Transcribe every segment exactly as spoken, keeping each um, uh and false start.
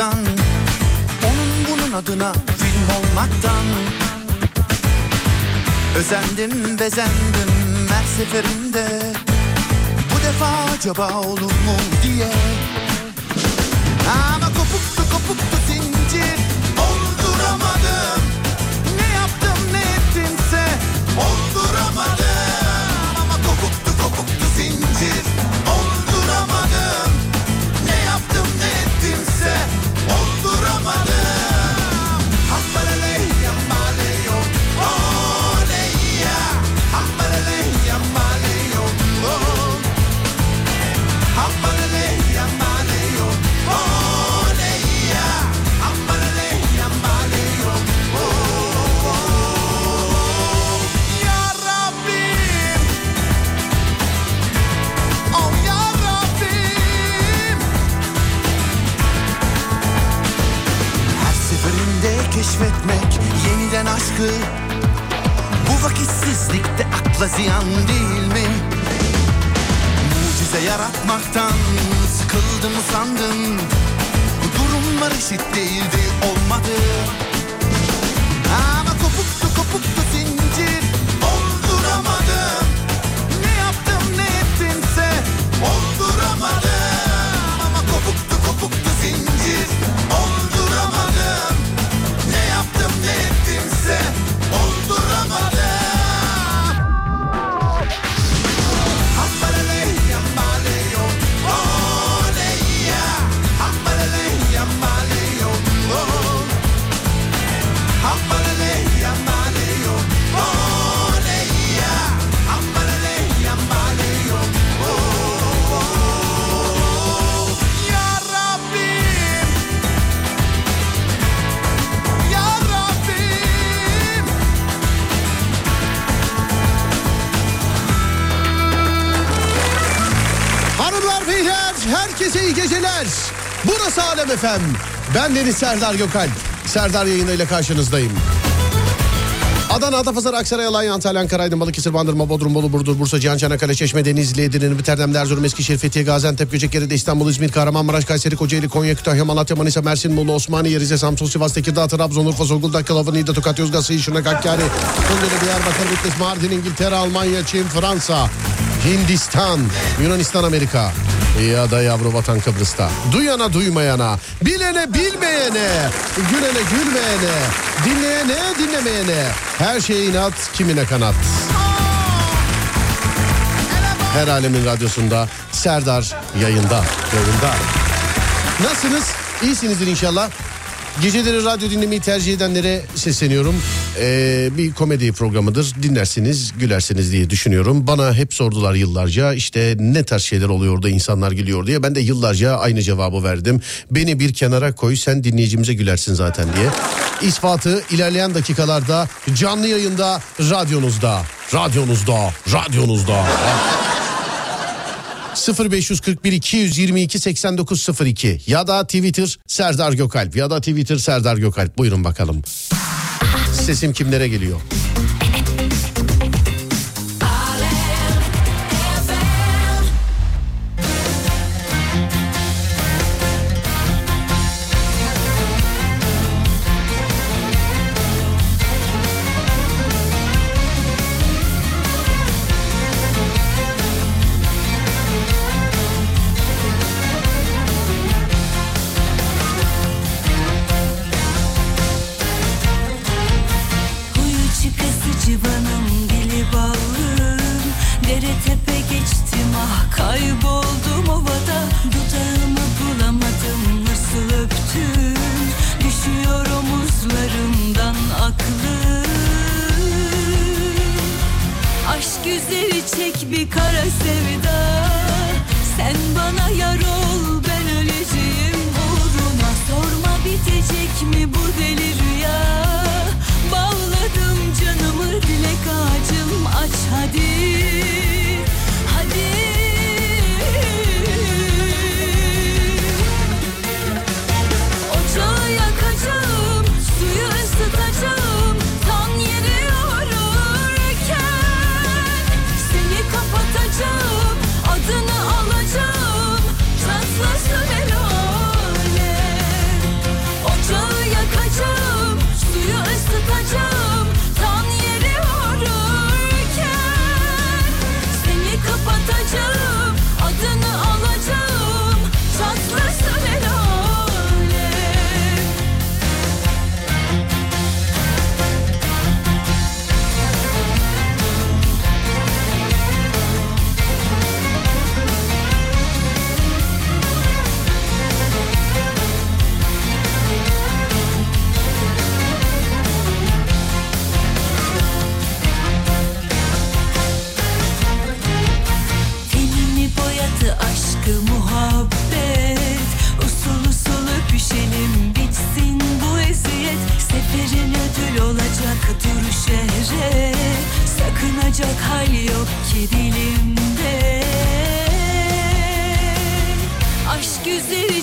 yapmaktan, onun bunun adına film olmaktan. Özendim bezendim her seferinde, bu defa acaba olur mu diye. Ama kopuktu kopuktu zincir, olduramadım. Ne yaptım ne ettimse olduramadım. Ama kopuktu kopuktu zincir, olduramadım. Ne yaptım ne ettimse olduramadım. Hambalele yambaleyo, oley ya. Hambalele yambaleyo, oh. Hambalele yambaleyo, oley ya. Hambalele yambaleyo, oh. Ya Rabbim, oh ya Rabbim. Her seferinde keşfetmek yeniden aşkı, bu vakitsizlikte akla ziyan değil mi? Mucize yaratmaktan sıkıldım sandım, bu durumlar eşit değildi, olmadı. Ama kopuktu kopuktu zincir, olduramadım. Ne yaptım ne ettimse olduramadım. Ama kopuktu kopuktu zincir, olduramadım. Ne yaptım ne ettimse olduramadım. Hambalele yambaleyo, oley ya. Hambalele yambaleyo, oh. Hambalele yambaleyo, oley ya. Hambalele yambaleyo, oh. Ya Rabbim, ya Rabbim. Hanımlar beyler, herkese iyi geceler. Burası Alem F M. Ben Deniz Serdar Gökalp. Serdar yayınıyla karşınızdayım. Adana, Adapazarı, Aksaray, Alanya, Antalya, Ankara, Aydın, Balıkesir, Bandırma, Bodrum, Bolu, Burdur, Bursa, Cihan, Çanakkale, Çeşme, Denizli, Edirne, Biterdem, Erzurum, Eskişehir, Fethiye, Gaziantep, Göcekere, İstanbul, İzmir, Kahramanmaraş, Kayseri, Kocaeli, Konya, Kütahya, Malatya, Manisa, Mersin, Muğla, Osmaniye, Rize, Samsun, Sivas, Tekirdağ, Trabzon, Urfa, Zonguldak, Kalavan, Niğde, Tokat, Yozgat, Sıyır, Şırnak, Hakkari, Tunceli, Diyarbakır, Bitlis, Mardin, İngiltere, Almanya, Çin, Fransa, Hindistan, Yunanistan, Amerika ya da yavru vatan Kıbrıs'ta. Duyana duymayana, bilene bilmeyene, gülene gülmeyene, dinleyene dinlemeyene, her şeye inat, kimine kanat. Her alemin radyosunda Serdar yayında. Yayında. Nasılsınız? İyisinizdir inşallah. Geceleri radyo dinlemeyi tercih edenlere sesleniyorum. Ee, bir komedi programıdır. Dinlersiniz, gülersiniz diye düşünüyorum. Bana hep sordular yıllarca, işte ne tarz şeyler oluyor da insanlar gülüyor diye. Ben de yıllarca aynı cevabı verdim. Beni bir kenara koy, sen dinleyicimize gülersin zaten diye. İspatı ilerleyen dakikalarda canlı yayında radyonuzda. Radyonuzda, radyonuzda. sıfır beş kırk bir iki yüz yirmi iki seksen dokuz sıfır iki ya da Twitter Serdar Gökalp ya da Twitter Serdar Gökalp. Buyurun bakalım. Sesim kimlere geliyor? Adını alacağım, tatlı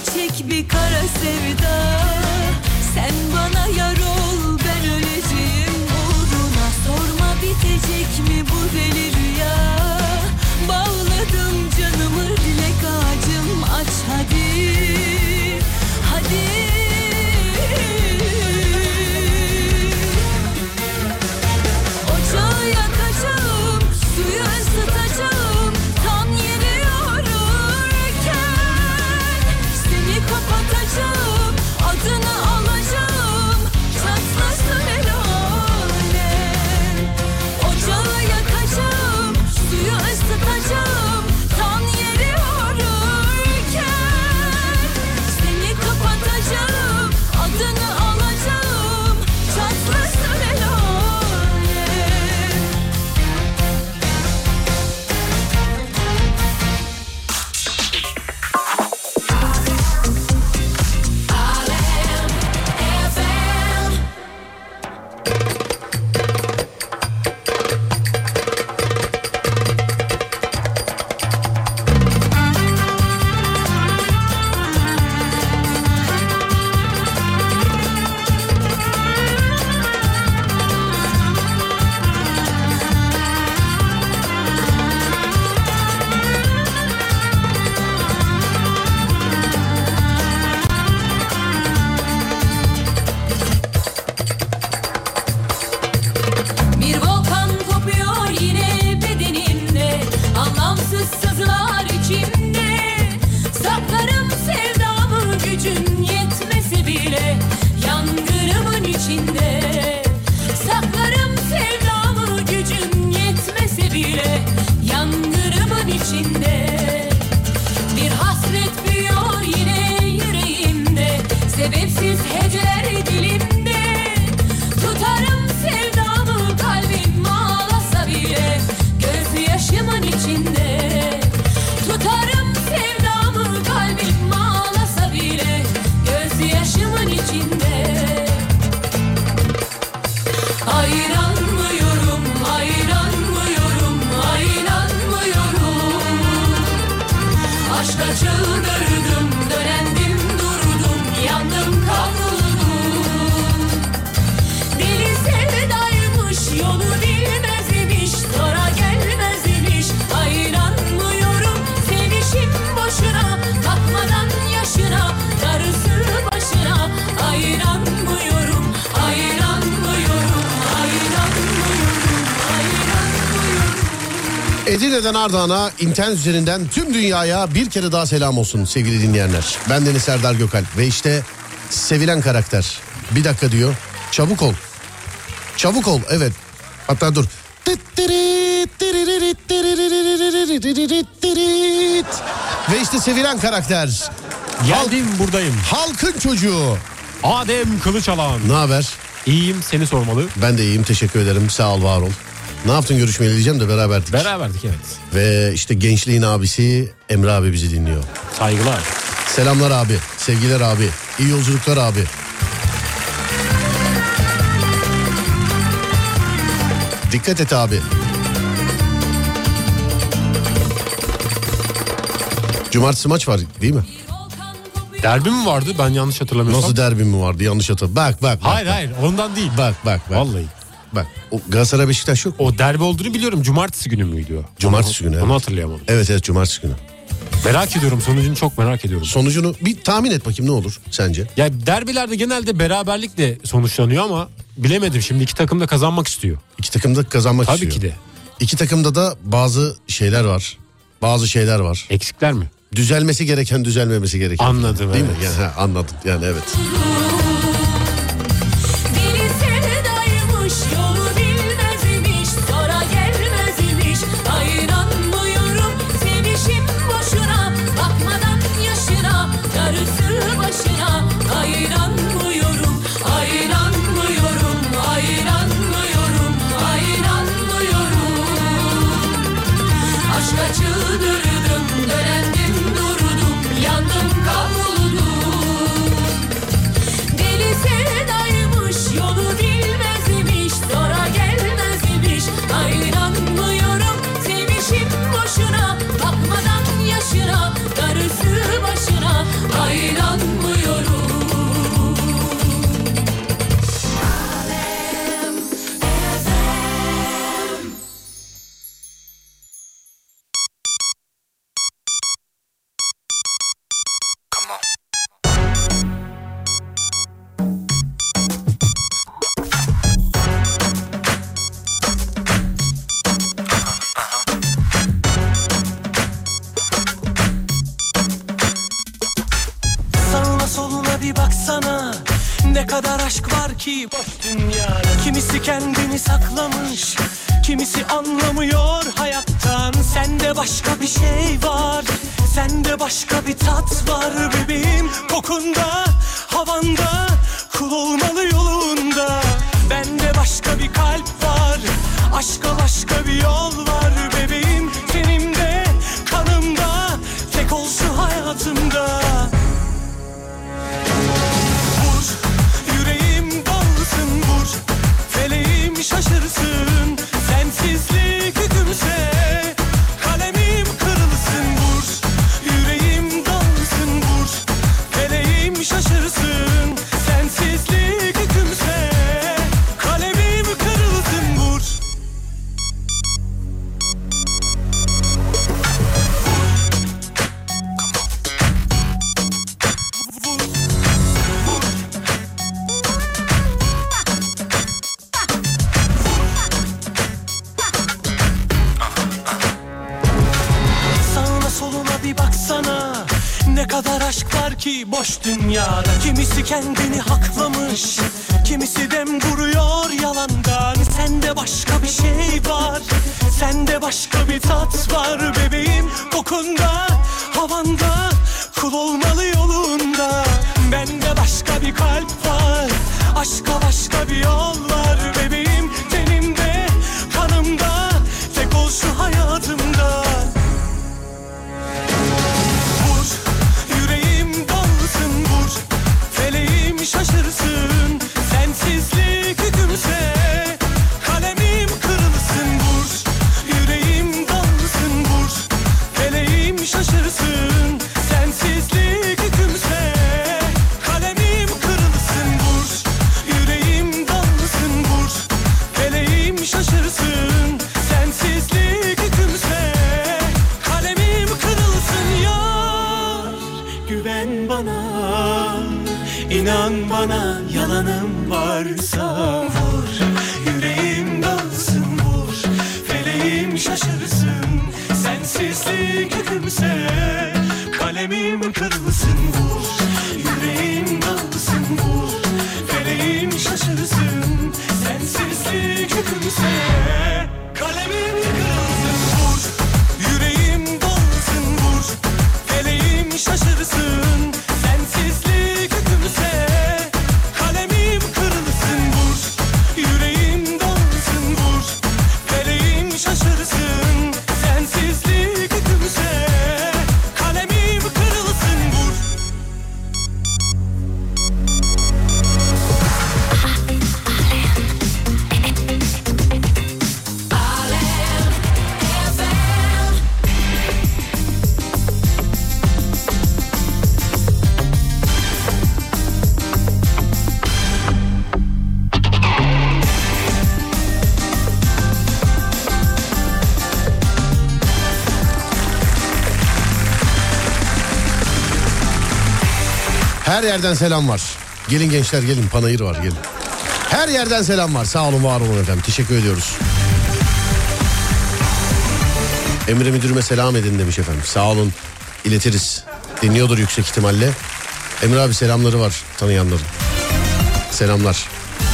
gerçek bir kara sevda. Sen bana yar ol, ben öleceğim uğruna. Sorma bitecek mi bu deli rüya? Bağladım canımı dilek ağacım, aç hadi, hadi. Ocağı yakacağım, suyu ısıtacağım, tam yeri yorurken seni kapatacağım, adını alacağım, çatlasın el alem. Ocağı yakacağım, suyu ısıtacağım, tam yeri yorurken seni kapatacağım, adını alacağım, çatlasın el alem. Bir volkan kopuyor yine bedenimde, anlamsız sızılar içimde. Saklarım sevdamı, gücün yetmese bile yangınımın içinde. Saklarım sevdamı, gücün yetmese bile yangınımın içinde. Bir hasret büyüyor yine yüreğimde, sebepsiz heceler dilimde. Tutarım sevdamı, kalbim ağlasa bile gözyaşımın içinde. Tutarım sevdamı, kalbim ağlasa bile gözyaşımın içinde. Hayranmıyorum, hayranmıyorum, hayranmıyorum. Aşka çıldırdım, dönendim durdum, yandım kavruldum. Deli sevdaymış, yolu bilmezmiş, sonra gelmezmiş. Hayranmıyorum, sevişim boşuna, bakmadan yaşına, darısı başına. Hayranmıyorum, hayranmıyorum, hayranmıyorum, hayranmıyorum. Edirne'den Ardahan'a, internet üzerinden tüm dünyaya bir kere daha selam olsun sevgili dinleyenler. Ben Deniz Serdar Gökalp ve işte sevilen karakter. Bir dakika diyor. Çabuk ol. Çabuk ol, evet. Hatta dur. Ve işte sevilen karakter. Geldim, buradayım. Halkın çocuğu. Adem Kılıçalan. Ne haber? İyiyim, seni sormalı. Ben de iyiyim, teşekkür ederim. Sağ ol, var ol. Ne yaptın görüşmeli diyeceğim de beraberdik. Beraberdik, evet. Ve işte gençliğin abisi Emre abi bizi dinliyor. Saygılar. Selamlar abi, sevgiler abi, iyi yolculuklar abi. Dikkat et abi. Cumartesi maç var değil mi? Derbi mi vardı? Ben yanlış hatırlamıyorsam. Nasıl derbi mi vardı? Yanlış hatırladım. Bak bak. bak Hayır bak. hayır, ondan değil. Bak bak bak. Vallahi. Bak, o Galatasaray Beşiktaş yok mu? O derbi olduğunu biliyorum. Cumartesi günü müydü o? Cumartesi onu, günü. Onu Evet. hatırlayamadım. Evet evet, cumartesi günü. Merak ediyorum, sonucunu çok merak ediyorum. Sonucunu bir tahmin et bakayım, ne olur sence? Ya derbilerde genelde beraberlikle sonuçlanıyor ama bilemedim, şimdi iki takım da kazanmak istiyor. İki takım da kazanmak Tabii istiyor. ki de. İki takımda da bazı şeyler var. Bazı şeyler var. Eksikler mi? Düzelmesi gereken, düzelmemesi gereken. Anladım, Değil evet. mi? Yani, ha, anladın yani, evet. Deli sevdaymış, yolu bilmezmiş, sonra gelmezmiş. Hayranmıyorum, sevişim boşuna, bakmadan yaşına, darısı başına. Hayranmıyorum, hayranmıyorum, hayranmıyorum, hayranmıyorum. Aşka çıldırdım, dönendim durdum, yandım kavruldum. Deli sevdaymış, yolu bilmezmiş, sonra gel. Ne kadar aşk var ki boş dünyada. Kimisi kendini saklamış, kimisi anlamıyor hayattan. Sende başka bir şey var, sende başka bir tat var bebeğim. Kokunda, havanda, kul olmalı yolunda. Bende başka bir kalp var, aşka başka bir yol var bebeğim. Tenimde, kanımda, tek ol şu hayatımda. Vur, yüreğim dalsın vur, feleğim şaşırsın. Sensizlik hükümse, kalemim kırılsın vur. Yüreğim dalsın vur, feleğim şaşırsın. Sensizlik hükümse, kalemim kırılsın vur. Sağına soluna bir baksana, ne kadar aşk var ki boş dünyada. Kimisi kendini haklamış, kimisi dem vuruyor yalandan. Sende başka bir şey var, sende başka bir tat var bebeğim. Kokunda, havanda, kul olmalı yolunda. Bende başka bir kalp var, aşka başka bir yol var bebeğim. Tenimde, kanımda, tek ol şu hayatımda. Vur, yüreğim dalsın vur, feleğim şaşırsın. Sensizlik hükümse, kalemim kırılsın vur. Yüreğim dalsın vur, feleğim şaşırsın. Sensizlik hükümse, kalemim kırılsın vur. Yüreğim dalsın vur, feleğim şaşırsın. Sensizlik hükümse, kalemim kırılsın yar. Güven bana, inan bana, yalanım varsa vur. Yüreğim dalsın vur, feleğim şaşırsın. Sensizlik hükümse, kalemim kırılsın vur. Yüreğim dalsın vur, feleğim şaşırsın. Sensizlik hükümse, kalemim kırılsın vur. Yüreğim dalsın vur, feleğim şaşırsın. Sensizlik hükümse, kalemim kırılsın vur. Yüreğim dalsın vur, feleğim şaşırsın. Sensizlik hükümse, kalemim kırılsın vur. Her yerden selam var. Gelin gençler gelin, panayır var gelin. Her yerden selam var. Sağ olun, var olun efendim. Teşekkür ediyoruz. Emre müdürüme selam edin demiş efendim. Sağ olun, iletiriz. Dinliyordur yüksek ihtimalle. Emre abi selamları var tanıyanların. Selamlar.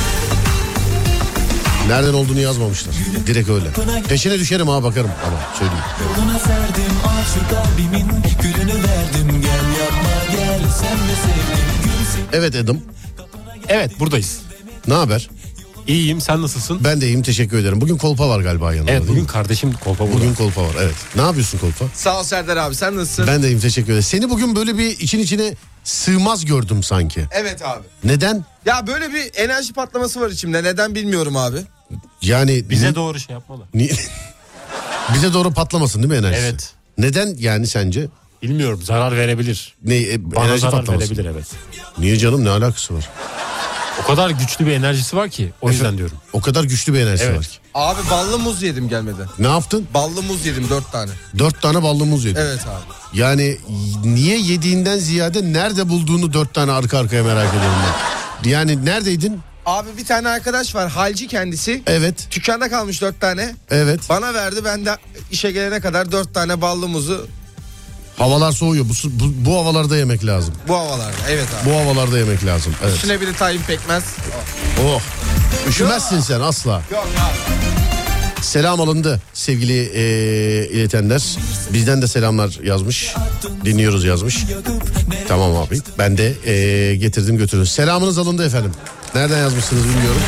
Nereden olduğunu yazmamışlar. Direkt öyle. Peşine düşerim ha, bakarım ama söyleyeyim. Yoluna serdim aşık kalbimin gülünü verdim. Gel yapma gel sen de sevdim. Evet Adam. Evet, buradayız. Ne haber? İyiyim, sen nasılsın? Ben de iyiyim, teşekkür ederim. Bugün kolpa var galiba yanında. Evet, değil bugün mi? kardeşim kolpa burada. Bugün kolpa var, evet. Ne yapıyorsun kolpa? Sağ ol Serdar abi, sen nasılsın? Ben de iyiyim, teşekkür ederim. Seni bugün böyle bir için içine sığmaz gördüm sanki. Evet abi. Neden? Ya böyle bir enerji patlaması var içimde. Neden bilmiyorum abi. Yani Bize ne- doğru şey yapmalı. Ni- bize doğru patlamasın değil mi enerjisi? Evet. Neden yani sence? Bilmiyorum, zarar verebilir. Ne, e, Bana enerji zarar patlaması. verebilir, evet. Niye canım, ne alakası var? O kadar güçlü bir enerjisi var ki, o yüzden diyorum. O kadar güçlü bir enerjisi Evet. var ki. Abi ballı muz yedim gelmeden. Ne yaptın? Ballı muz yedim dört tane. Dört tane ballı muz yedin. Evet abi. Yani niye yediğinden ziyade nerede bulduğunu dört tane arka arkaya merak ediyorum ben. Yani neredeydin? Abi bir tane arkadaş var, halci kendisi. Evet. Dükkanda kalmış dört tane. Evet. Bana verdi, ben de işe gelene kadar dört tane ballı muzu Havalar soğuyor. Bu, su- bu, bu havalarda yemek lazım. Bu havalarda evet abi. Bu havalarda yemek lazım. Evet. Üstüne bir de tayin pekmez. Oh. Üşümezsin sen asla. Yok abi. Selam alındı sevgili e, iletenler. Bizden de selamlar yazmış. Dinliyoruz yazmış. Tamam abi. Ben de e, getirdim götürdüm. Selamınız alındı efendim. Nereden yazmışsınız bilmiyorum.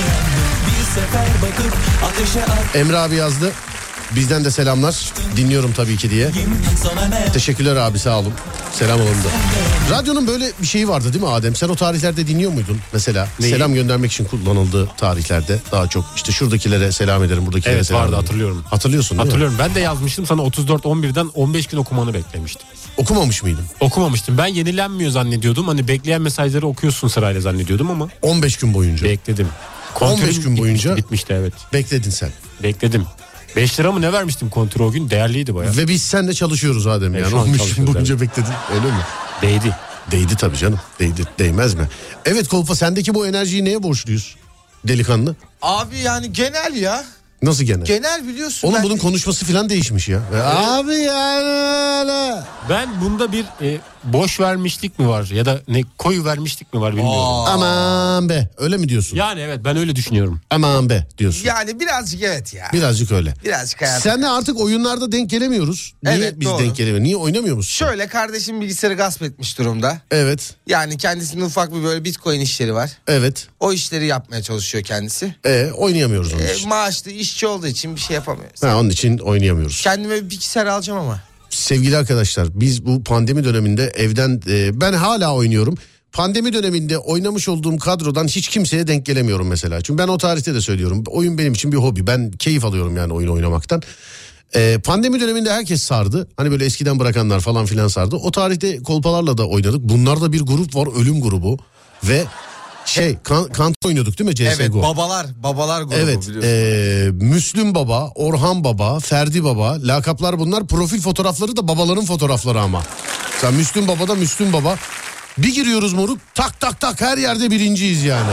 Emre abi yazdı. Bizden de selamlar. Dinliyorum tabii ki diye. Teşekkürler abi, sağ olun. Selam alındı. Radyonun böyle bir şeyi vardı değil mi Adem? Sen o tarihlerde dinliyor muydun mesela? Neyi? Selam göndermek için kullanıldığı tarihlerde daha çok. İşte şuradakilere selam ederim, buradakilere Evet, selam vardı, ederim. hatırlıyorum. Hatırlıyorsun değil mi? Hatırlıyorum. Ben de yazmıştım sana otuz dört on birden on beş gün okumanı beklemiştim. Okumamış mıydın? Okumamıştım. Ben yenilenmiyor zannediyordum. Hani bekleyen mesajları okuyorsun sırayla zannediyordum ama on beş gün boyunca. bekledim. on beş Kontörüm gün boyunca bitmişti, bitmişti evet. bekledin sen. Bekledim. beş lira mı ne vermiştim kontrol o gün? Değerliydi bayağı. Ve biz seninle çalışıyoruz Adem Evet, yani. şu an on beş gün çalışıyoruz, boyunca bekledin, öyle mi? Değdi. Değdi tabii canım. Değdi. Değmez mi? Evet Kolpa, sendeki bu enerjiyi neye borçluyuz? Delikanlı. Abi yani genel ya. Nasıl gene? Genel biliyorsun. Oğlum ben- bunun konuşması falan değişmiş ya. Abi yani öyle. Ben bunda bir e, boş vermişlik mi var ya da ne koyu vermişlik mi var bilmiyorum. Aa. Aman be, öyle mi diyorsun? Yani evet, ben öyle düşünüyorum. Aman be diyorsun. Yani birazcık evet ya. Birazcık öyle. Birazcık hayat. Senle artık oyunlarda denk gelemiyoruz. Niye Evet, biz doğru. denk gelemiyoruz? Niye oynamıyor musun? Şöyle, kardeşim bilgisayarı gasp etmiş durumda. Evet. Yani kendisinin ufak bir böyle bitcoin işleri var. Evet. O işleri yapmaya çalışıyor kendisi. E, oynayamıyoruz onun E, için. maaşlı işçi olduğu için bir şey yapamıyoruz. Ha, onun için oynayamıyoruz. Kendime bir bilgisayar alacağım ama. Sevgili arkadaşlar, biz bu pandemi döneminde evden e, ben hala oynuyorum. Pandemi döneminde oynamış olduğum kadrodan hiç kimseye denk gelemiyorum mesela. Çünkü ben o tarihte de söylüyorum. Oyun benim için bir hobi. Ben keyif alıyorum yani oyun oynamaktan. E, pandemi döneminde herkes sardı. Hani böyle eskiden bırakanlar falan filan sardı. O tarihte kolpalarla da oynadık. Bunlarda bir grup var, ölüm grubu. Ve şey kan, kant oynuyorduk değil mi C S G O? Evet, babalar babalar grubu Evet, biliyorsun. e, Müslüm Baba, Orhan Baba, Ferdi Baba, lakaplar bunlar. Profil fotoğrafları da babaların fotoğrafları ama. Sen Müslüm Baba'da Müslüm Baba. Bir giriyoruz moruk, tak tak tak her yerde birinciyiz yani.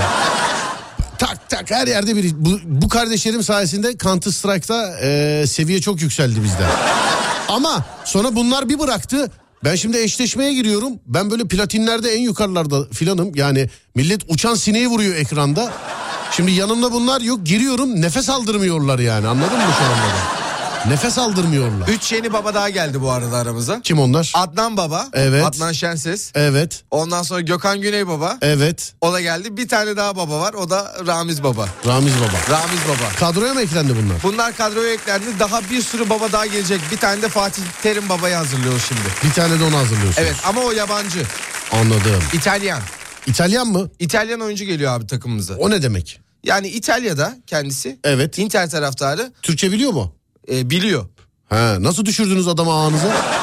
Tak tak her yerde bir. Bu, bu kardeşlerim sayesinde Counter Strike'da e, seviye çok yükseldi bizde. Ama sonra bunlar bir bıraktı. Ben şimdi eşleşmeye giriyorum. Ben böyle platinlerde en yukarılarda filanım. Yani millet uçan sineği vuruyor ekranda. Şimdi yanımda bunlar yok. Giriyorum, nefes aldırmıyorlar yani. Anladın mı şu anda da? Nefes aldırmıyorlar. Üç yeni baba daha geldi bu arada aramıza. Kim onlar? Adnan Baba. Evet. Adnan Şenses. Evet. Ondan sonra Gökhan Güney Baba. Evet. O da geldi. Bir tane daha baba var. O da Ramiz Baba. Ramiz Baba. Ramiz Baba. Kadroya mı eklendi bunlar? Bunlar kadroya eklendi. Daha bir sürü baba daha gelecek. Bir tane de Fatih Terim Baba'yı hazırlıyoruz şimdi. Bir tane de onu hazırlıyorsunuz. Evet, ama o yabancı. Anladım. İtalyan. İtalyan mı? İtalyan oyuncu geliyor abi takımımıza. O ne demek? Yani İtalya'da kendisi. Evet. Inter taraftarı. Türkçe biliyor mu? E, biliyor. Ha, nasıl düşürdünüz adamı ağınıza?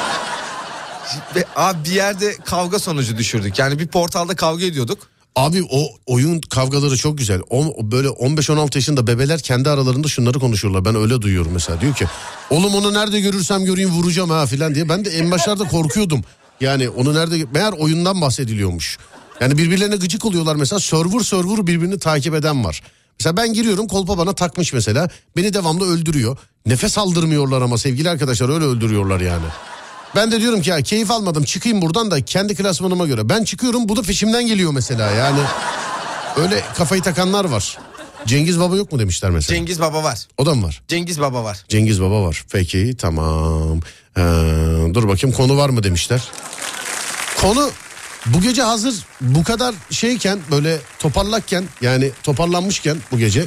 Ve abi bir yerde kavga sonucu düşürdük. Yani bir portalda kavga ediyorduk. Abi o oyun kavgaları çok güzel. O, böyle on beş on altı yaşında bebeler kendi aralarında şunları konuşuyorlar. Ben öyle duyuyorum mesela. Diyor ki oğlum onu nerede görürsem göreyim vuracağım ha filan diye. Ben de en başlarda korkuyordum. Yani onu nerede... Meğer oyundan bahsediliyormuş. Yani birbirlerine gıcık oluyorlar mesela. Server server birbirini takip eden var. Mesela ben giriyorum, kolpa bana takmış mesela. Beni devamlı öldürüyor. Nefes aldırmıyorlar ama sevgili arkadaşlar, öyle öldürüyorlar yani. Ben de diyorum ki ya keyif almadım, çıkayım buradan da kendi klasmanıma göre. Ben çıkıyorum, bu da peşimden geliyor mesela yani. Öyle kafayı takanlar var. Cengiz Baba yok mu demişler mesela. Cengiz Baba var. O da mı var? Cengiz Baba var. Cengiz Baba var. Peki tamam. Ee, dur bakayım, konu var mı demişler. Konu bu gece hazır bu kadar şeyken, böyle toparlakken, yani toparlanmışken bu gece.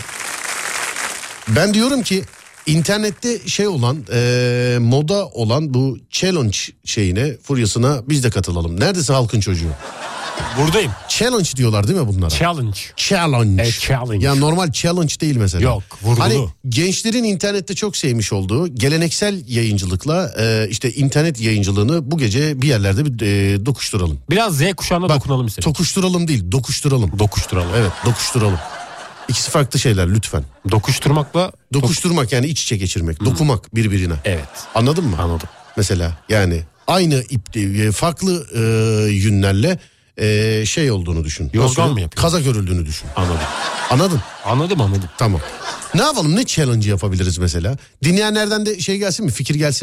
Ben diyorum ki internette şey olan e, moda olan bu challenge şeyine, furyasına biz de katılalım. Neredeyse halkın çocuğu. Buradayım. Challenge diyorlar değil mi bunlara? Challenge. Challenge. Evet, challenge. Ya normal challenge değil mesela. Yok, vurgulu. Hani gençlerin internette çok sevmiş olduğu geleneksel yayıncılıkla e, işte internet yayıncılığını bu gece bir yerlerde bir e, dokuşturalım. Biraz Z kuşağına Bak, dokunalım istedim. Tokuşturalım değil, dokuşturalım. Dokuşturalım. Evet, dokuşturalım. İkisi farklı şeyler lütfen. Dokuşturmakla... Dokuşturmak yani iç içe geçirmek, dokumak birbirine. Evet. Anladın mı? Anladım. Mesela yani aynı ip, e, farklı e, yünlerle e, şey olduğunu düşün. Yozgan Nasıl? mı yapıyor? Kazak örüldüğünü düşün. Anladım. Anladın? Anladım anladım. Tamam. Ne yapalım, ne challenge yapabiliriz mesela? Dinleyenlerden de şey gelsin mi, fikir gelsin mi?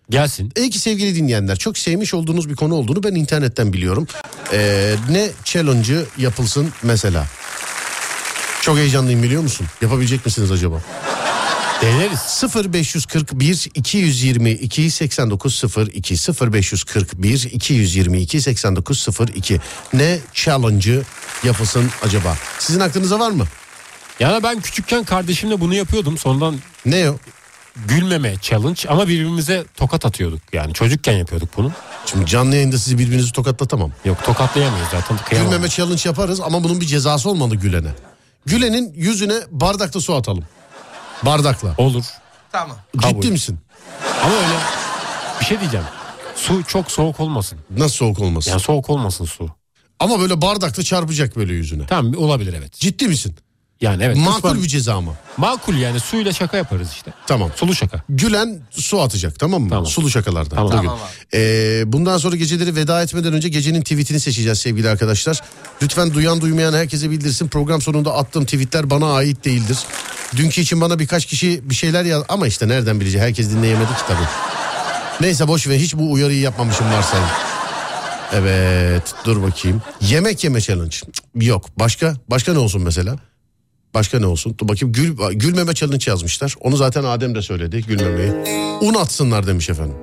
Gelsin. İyi ki sevgili dinleyenler, çok sevmiş olduğunuz bir konu olduğunu ben internetten biliyorum. Ee, ne challenge'ı yapılsın mesela? Çok heyecanlıyım, biliyor musun? Yapabilecek misiniz acaba? Deneriz. sıfır beş kırk bir iki yüz yirmi iki seksen dokuz sıfır iki sıfır beş kırk bir iki yüz yirmi iki seksen dokuz sıfır iki. Ne challenge'ı yapılsın acaba? Sizin aklınıza var mı? Yani ben küçükken kardeşimle bunu yapıyordum. Sonradan Ne o? gülmeme challenge ama birbirimize tokat atıyorduk. Yani çocukken yapıyorduk bunu. Şimdi canlı yayında sizi birbirinizi tokatlatamam. Yok, tokatlayamayız zaten. Kıyamam. Gülmeme challenge yaparız ama bunun bir cezası olmalı Gülen'e. Gülen'in yüzüne bardakta su atalım. Bardakla. Olur. Tamam. Kabul. Ciddi misin? Ama öyle bir şey diyeceğim. Su çok soğuk olmasın. Nasıl soğuk olmasın? Yani soğuk olmasın su. Ama böyle bardakta çarpacak böyle yüzüne. Tamam, olabilir evet. Ciddi misin? Yani evet. Makul kısmen- bir ceza mı? Makul yani, suyla şaka yaparız işte. Tamam. Sulu şaka. Gülen su atacak, tamam mı? Tamam. Sulu şakalardan. Tamam. Bugün. Tamam abi. Ee, bundan sonra geceleri veda etmeden önce gecenin tweetini seçeceğiz sevgili arkadaşlar. Lütfen duyan duymayan herkese bildirsin. Program sonunda attığım tweetler bana ait değildir. Dünkü için bana birkaç kişi bir şeyler yaz... Ama işte nereden bilecek? Herkes dinleyemedi ki tabii. Neyse boş ver, hiç bu uyarıyı yapmamışım varsayın. Evet, dur bakayım. Yemek yeme challenge. Cık, yok. Başka? Başka ne olsun mesela? Başka ne olsun? Dur bakayım. Gül, gülmeme challenge yazmışlar. Onu zaten Adem de söyledi, gülmemeyi. Un atsınlar demiş efendim.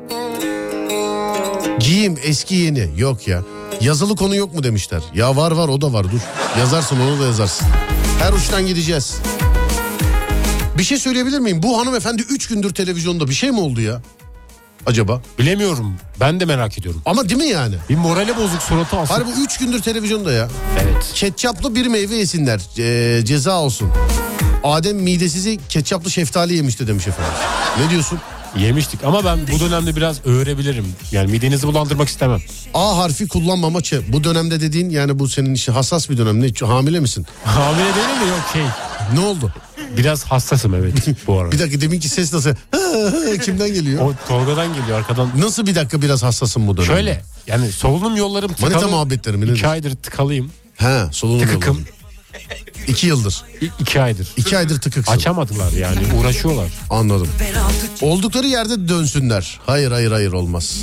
Giyim eski yeni. Yok ya. Yazılı konu yok mu demişler. Ya var var, o da var, dur. Yazarsın, onu da yazarsın. Her uçtan gideceğiz. Bir şey söyleyebilir miyim? Bu hanımefendi üç gündür televizyonda, bir şey mi oldu ya? Acaba? Bilemiyorum. Ben de merak ediyorum. Ama değil mi yani? Bir morali bozuk suratı alsın. Hayır, bu üç gündür televizyonda ya. Evet. Ketçaplı bir meyve yesinler. Ee, ceza olsun. Adem midesizi ketçaplı şeftali yemişti demiş efendim. Ne diyorsun? Yemiştik ama ben bu dönemde biraz öğrebilirim. Yani midenizi bulandırmak istemem. A harfi kullanmama ç. Bu dönemde dediğin yani bu senin için hassas bir dönem. Ne, hamile misin? Hamile değilim de yok şey. Ne oldu? Biraz hassasım evet bu arada. Bir dakika, deminki ses nasıl? Kimden geliyor? O Tolga'dan geliyor arkadan. Nasıl bir dakika biraz hassasım bu dönemde? Şöyle yani solunum yollarım tıkalı. Manita muhabbetleri mi? Nedir? İki aydır tıkalıyım. He, solunum Tıkıkım. yolları. İki yıldır. İ- iki aydır. İki aydır tıkıksın. Açamadılar yani, uğraşıyorlar. Anladım. Oldukları yerde dönsünler. Hayır hayır hayır olmaz.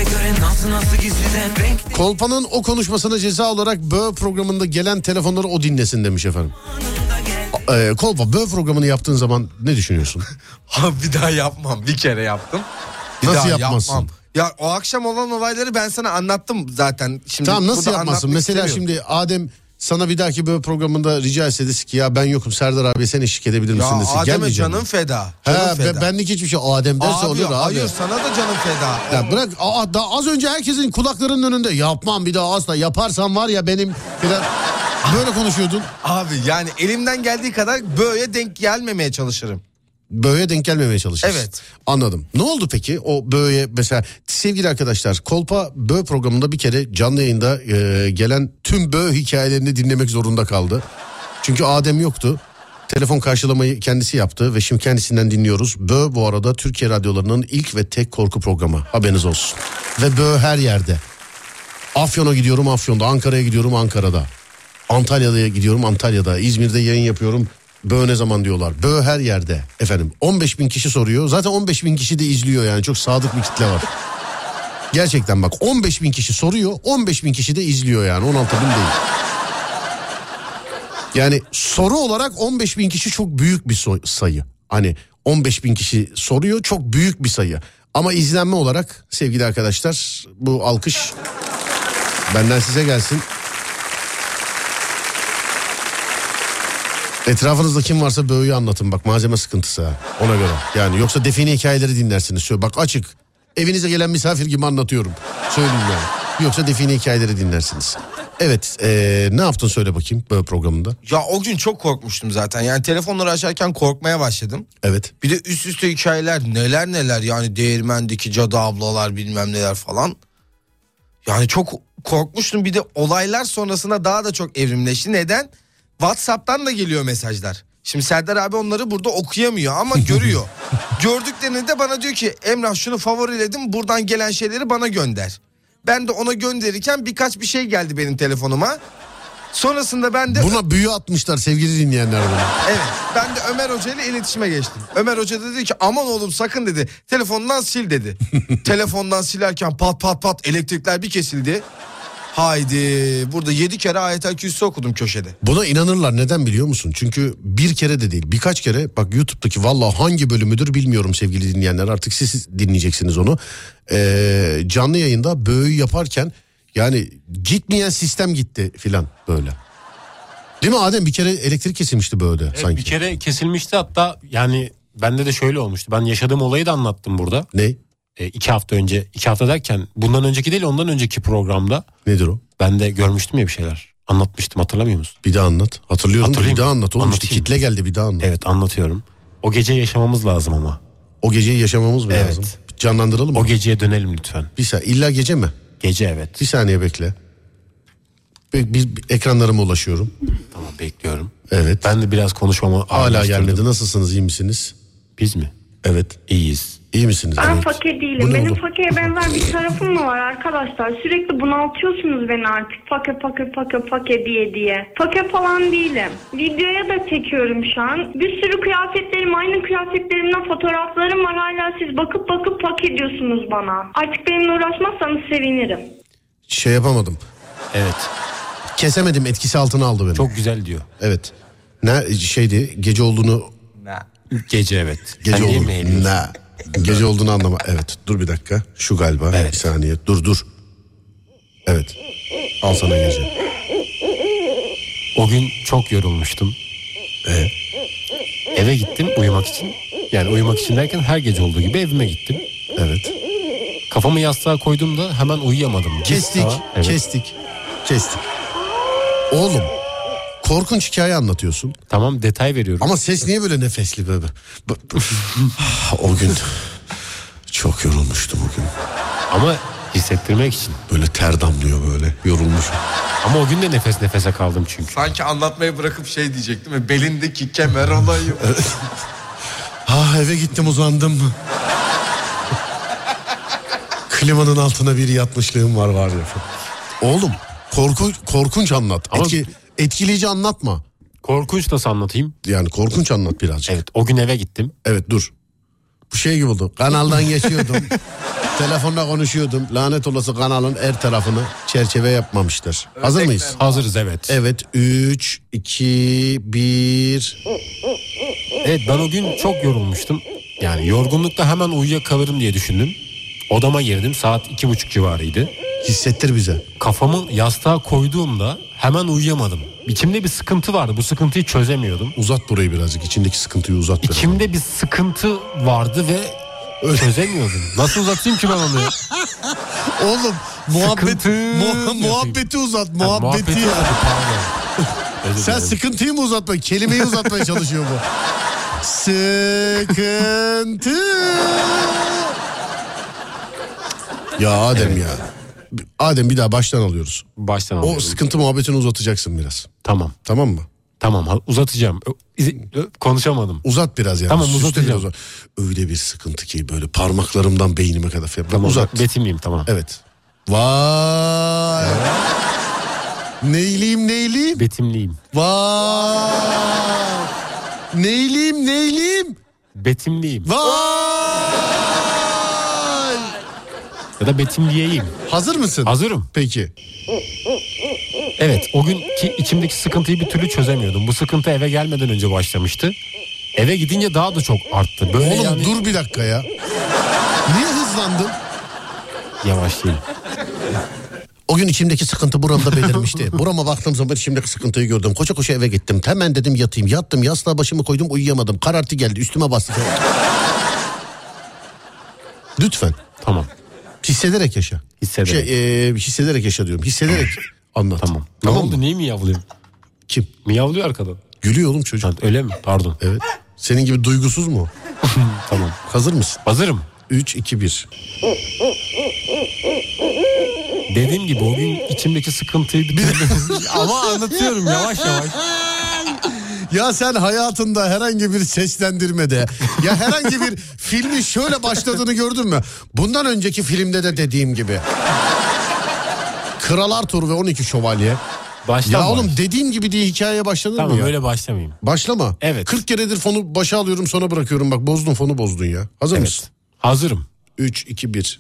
Kolpa'nın o konuşmasına ceza olarak Bö programında gelen telefonları o dinlesin demiş efendim. Ee, Kolpa, Bö programını yaptığın zaman ne düşünüyorsun? Abi bir daha yapmam. Bir kere yaptım. Bir Nasıl daha yapmazsın? yapmam. Ya o akşam olan olayları ben sana anlattım zaten. Şimdi Tamam, nasıl burada yapmasın? anlatmak Mesela istemiyorum. şimdi Adem sana bir dahaki Bö programında rica etse desin ki ya ben yokum, Serdar abi sen eşlik edebilir misin Ya desin. Adem'e Gelmeyeceğim. canım feda. Canım He, feda. be- benlik hiçbir şey. Adem derse Abi, olur abi. hayır sana da canım feda. Ya bırak, aa, daha az önce herkesin kulaklarının önünde yapmam bir daha asla, yaparsam var ya benim falan böyle konuşuyordun. Abi yani elimden geldiği kadar böyle denk gelmemeye çalışırım. Böyle denk gelmemeye çalışırsın. Evet. Anladım. Ne oldu peki o böyle mesela sevgili arkadaşlar, Kolpa Bö programında bir kere canlı yayında e, gelen tüm Bö hikayelerini dinlemek zorunda kaldı. Çünkü Adem yoktu. Telefon karşılamayı kendisi yaptı ve şimdi kendisinden dinliyoruz. Bö bu arada Türkiye radyolarının ilk ve tek korku programı, haberiniz olsun. Ve Bö her yerde. Afyon'a gidiyorum Afyon'da, Ankara'ya gidiyorum Ankara'da. Antalya'ya gidiyorum Antalya'da, İzmir'de yayın yapıyorum. Bö ne zaman diyorlar. Bö her yerde efendim. on beş bin kişi soruyor. Zaten on beş bin kişi de izliyor yani. Çok sadık bir kitle var. Gerçekten bak, on beş bin kişi soruyor. on beş bin kişi de izliyor yani. on altı bin değil. Yani soru olarak on beş bin kişi çok büyük bir so- sayı. Hani on beş bin kişi soruyor, çok büyük bir sayı. Ama izlenme olarak sevgili arkadaşlar, bu alkış benden size gelsin. Etrafınızda kim varsa Bö'yü anlatın bak, malzeme sıkıntısı ha, ona göre. Yani yoksa define hikayeleri dinlersiniz. Şöyle bak, açık. Evinize gelen misafir gibi anlatıyorum. Söyleyeyim yani. Yoksa define hikayeleri dinlersiniz. Evet, ee, ne yaptın söyle bakayım Bö programında? Ya o gün çok korkmuştum zaten. Yani telefonları açarken korkmaya başladım. Evet. Bir de üst üste hikayeler neler neler, yani değirmendeki cadı ablalar bilmem neler falan. Yani çok korkmuştum. Bir de olaylar sonrasında daha da çok evrimleşti. Neden? WhatsApp'tan da geliyor mesajlar. Şimdi Serdar abi onları burada okuyamıyor ama görüyor. Gördüklerini de bana diyor ki Emrah şunu favoriledim, buradan gelen şeyleri bana gönder. Ben de ona gönderirken birkaç bir şey geldi benim telefonuma. Sonrasında ben de... Buna büyü atmışlar sevgili dinleyenler buna. Evet. Ben de Ömer Hoca ile iletişime geçtim. Ömer Hoca da dedi ki aman oğlum sakın dedi. Telefondan sil dedi. Telefondan silerken pat pat pat elektrikler bir kesildi. Haydi burada yedi kere Ayetel Kürsü okudum köşede. Buna inanırlar, neden biliyor musun? Çünkü bir kere de değil, birkaç kere, bak YouTube'daki vallahi hangi bölümüdür bilmiyorum sevgili dinleyenler, artık siz dinleyeceksiniz onu. Ee, canlı yayında böğü yaparken yani gitmeyen sistem gitti filan böyle. Değil mi Adem, bir kere elektrik kesilmişti böğüde Evet, sanki. bir kere kesilmişti hatta, yani bende de şöyle olmuştu. Ben yaşadığım olayı da anlattım burada. Ne? E, iki hafta önce, iki hafta derken bundan önceki değil ondan önceki programda. Nedir o? Ben de görmüştüm ya bir şeyler. Anlatmıştım, hatırlamıyor musun? Bir daha anlat. Hatırlıyorum da bir Hatırlayayım daha mı? anlat. Oğlum işte Anlatayım. kitle geldi, bir daha anlat. Evet, anlatıyorum. O gece yaşamamız lazım ama. O geceyi yaşamamız mı Evet. lazım? Canlandıralım mı? O geceye dönelim lütfen. Bir saniye, illa gece mi? Gece, evet. Bir saniye bekle. Bir, bir ekranlarıma ulaşıyorum. Tamam, bekliyorum. Evet. Ben de biraz konuşmamı Hala ağırlaştırdım. gelmedi. Nasılsınız, iyi misiniz? Biz mi? Evet. İyiyiz. İyi misiniz? Ben Evet. fakir Bu değilim. ne Benim oğlum? fakire benzer bir tarafım mı var arkadaşlar? Sürekli bunaltıyorsunuz beni artık. Fakir fakir fakir fakir diye diye. Fakir falan değilim. Videoya da çekiyorum şu an. Bir sürü kıyafetlerim, aynı kıyafetlerimden fotoğraflarım var. Hala siz bakıp bakıp fakir diyorsunuz bana. Artık benimle uğraşmazsanız sevinirim. Şey yapamadım. Evet. Kesemedim, etkisi altına aldı beni. Çok güzel diyor. Evet. Ne şeydi, gece olduğunu... Gece, evet. Gece Sen niye olduğunu... mi eğleniyorsun? Ne? Gece olduğunu anlama. Evet, dur bir dakika. Şu galiba. Evet. Bir saniye. Dur dur. Evet. Al sana gece. O gün çok yorulmuştum. Ee? Eve gittim uyumak için. Yani uyumak için derken her gece olduğu gibi evime gittim. Evet. Kafamı yastığa koyduğumda hemen uyuyamadım. Kestik. Yastığa- evet. Kestik. Kestik. Oğlum, korkunç hikaye anlatıyorsun. Tamam, detay veriyorum. Ama ses niye böyle nefesli böyle? O gün çok yorulmuştum o gün. Ama hissettirmek için. Böyle ter damlıyor böyle, yorulmuş. Ama o gün de nefes nefese kaldım çünkü. Sanki anlatmayı bırakıp şey diyecek değil mi? Belindeki kemer olayım. Ha, eve gittim, uzandım. Klimanın altına bir yatmışlığım var var ya. Oğlum, korku, korkunç anlat. Ama- Etki, etkileyici anlatma. Korkunç nasıl anlatayım? Yani korkunç anlat birazcık. Evet, Evet, o gün eve gittim. dur. Bu şey gibi oldu. Kanaldan geçiyordum. Telefonla konuşuyordum. Lanet olası kanalın her tarafını çerçeve yapmamışlar. Hazır mıyız? Hazırız, evet. Evet. Üç, iki, bir. Evet, ben o gün çok yorulmuştum. Yani yorgunlukta hemen uyuyakalırım diye düşündüm. Odama girdim, saat iki buçuk civarıydı. Hissettir bize. Kafamı yastığa koyduğumda hemen uyuyamadım. İçimde bir sıkıntı vardı, bu sıkıntıyı çözemiyordum. Uzat burayı birazcık. İçindeki sıkıntıyı uzat biraz. İçimde bir sıkıntı vardı ve çözemiyordum. Nasıl uzatayım ki ben onu? Oğlum, muhabbet, Sıkıntı mu- yapayım. muhabbeti uzat. Ha, Muhabbeti. muhabbeti- Pardon. Özür Sen dilerim. sıkıntıyı mı uzatma? Kelimeyi uzatmaya çalışıyor bu. Sıkıntı. Ya Adem ya. Adem, bir daha baştan alıyoruz. Baştan O alıyorum. sıkıntı muhabbetini uzatacaksın biraz. Tamam. Tamam mı? Tamam, ha- uzatacağım. Ö- izi- ö- Konuşamadım. Uzat biraz yani. Tamam, Süsle uzatacağım. biraz. Öyle bir sıkıntı ki böyle parmaklarımdan beynime kadar. Falan. Tamam, Uzat. betimliyim, tamam. Evet. Vay. Neyliyim neyliyim? Betimliyim. Vay. Neyliyim neyliyim? Betimliyim. Vay. Ya da betimleyeyim. Hazır mısın? Hazırım. Peki. Evet, o günkü içimdeki sıkıntıyı bir türlü çözemiyordum. Bu sıkıntı eve gelmeden önce başlamıştı. Eve gidince daha da çok arttı. Böyle Oğlum yani... dur bir dakika ya. Niye hızlandın? Yavaş değil. O gün içimdeki sıkıntı buramda belirmişti. Burama baktığım zaman içimdeki sıkıntıyı gördüm. Koşa koşa eve gittim. Hemen dedim yatayım. Yattım, yastığa başımı koydum, uyuyamadım. Karartı geldi, üstüme bastı. Lütfen. Tamam. Hissederek yaşa. Hissederek. Şey, e, hissederek yaşa diyorum. Hissederek anlat. Tamam. Tamam Ne oldu? mı? Niye miyavlıyor? Kim? Miyavlıyor arkadan. Gülüyor oğlum çocuk. Ha, öyle mi? Pardon. Evet. Senin gibi duygusuz mu? Tamam. Hazır mısın? Hazırım. üç, iki, bir. Dediğim gibi o gün içimdeki sıkıntıyı bir türlü... Ama anlatıyorum yavaş yavaş. Ya sen hayatında herhangi bir seslendirmede ya herhangi bir filmin şöyle başladığını gördün mü? Bundan önceki filmde de dediğim gibi. Kral Arthur ve on iki Şövalye Baştan Ya baş. oğlum dediğim gibi diye hikayeye başladın Tamam mı ya? öyle başlamayayım. Başlama. Evet. kırk keredir fonu başa alıyorum sonra bırakıyorum. Bak bozdun fonu bozdun ya. Hazır Evet. mısın? Hazırım. üç, iki, bir.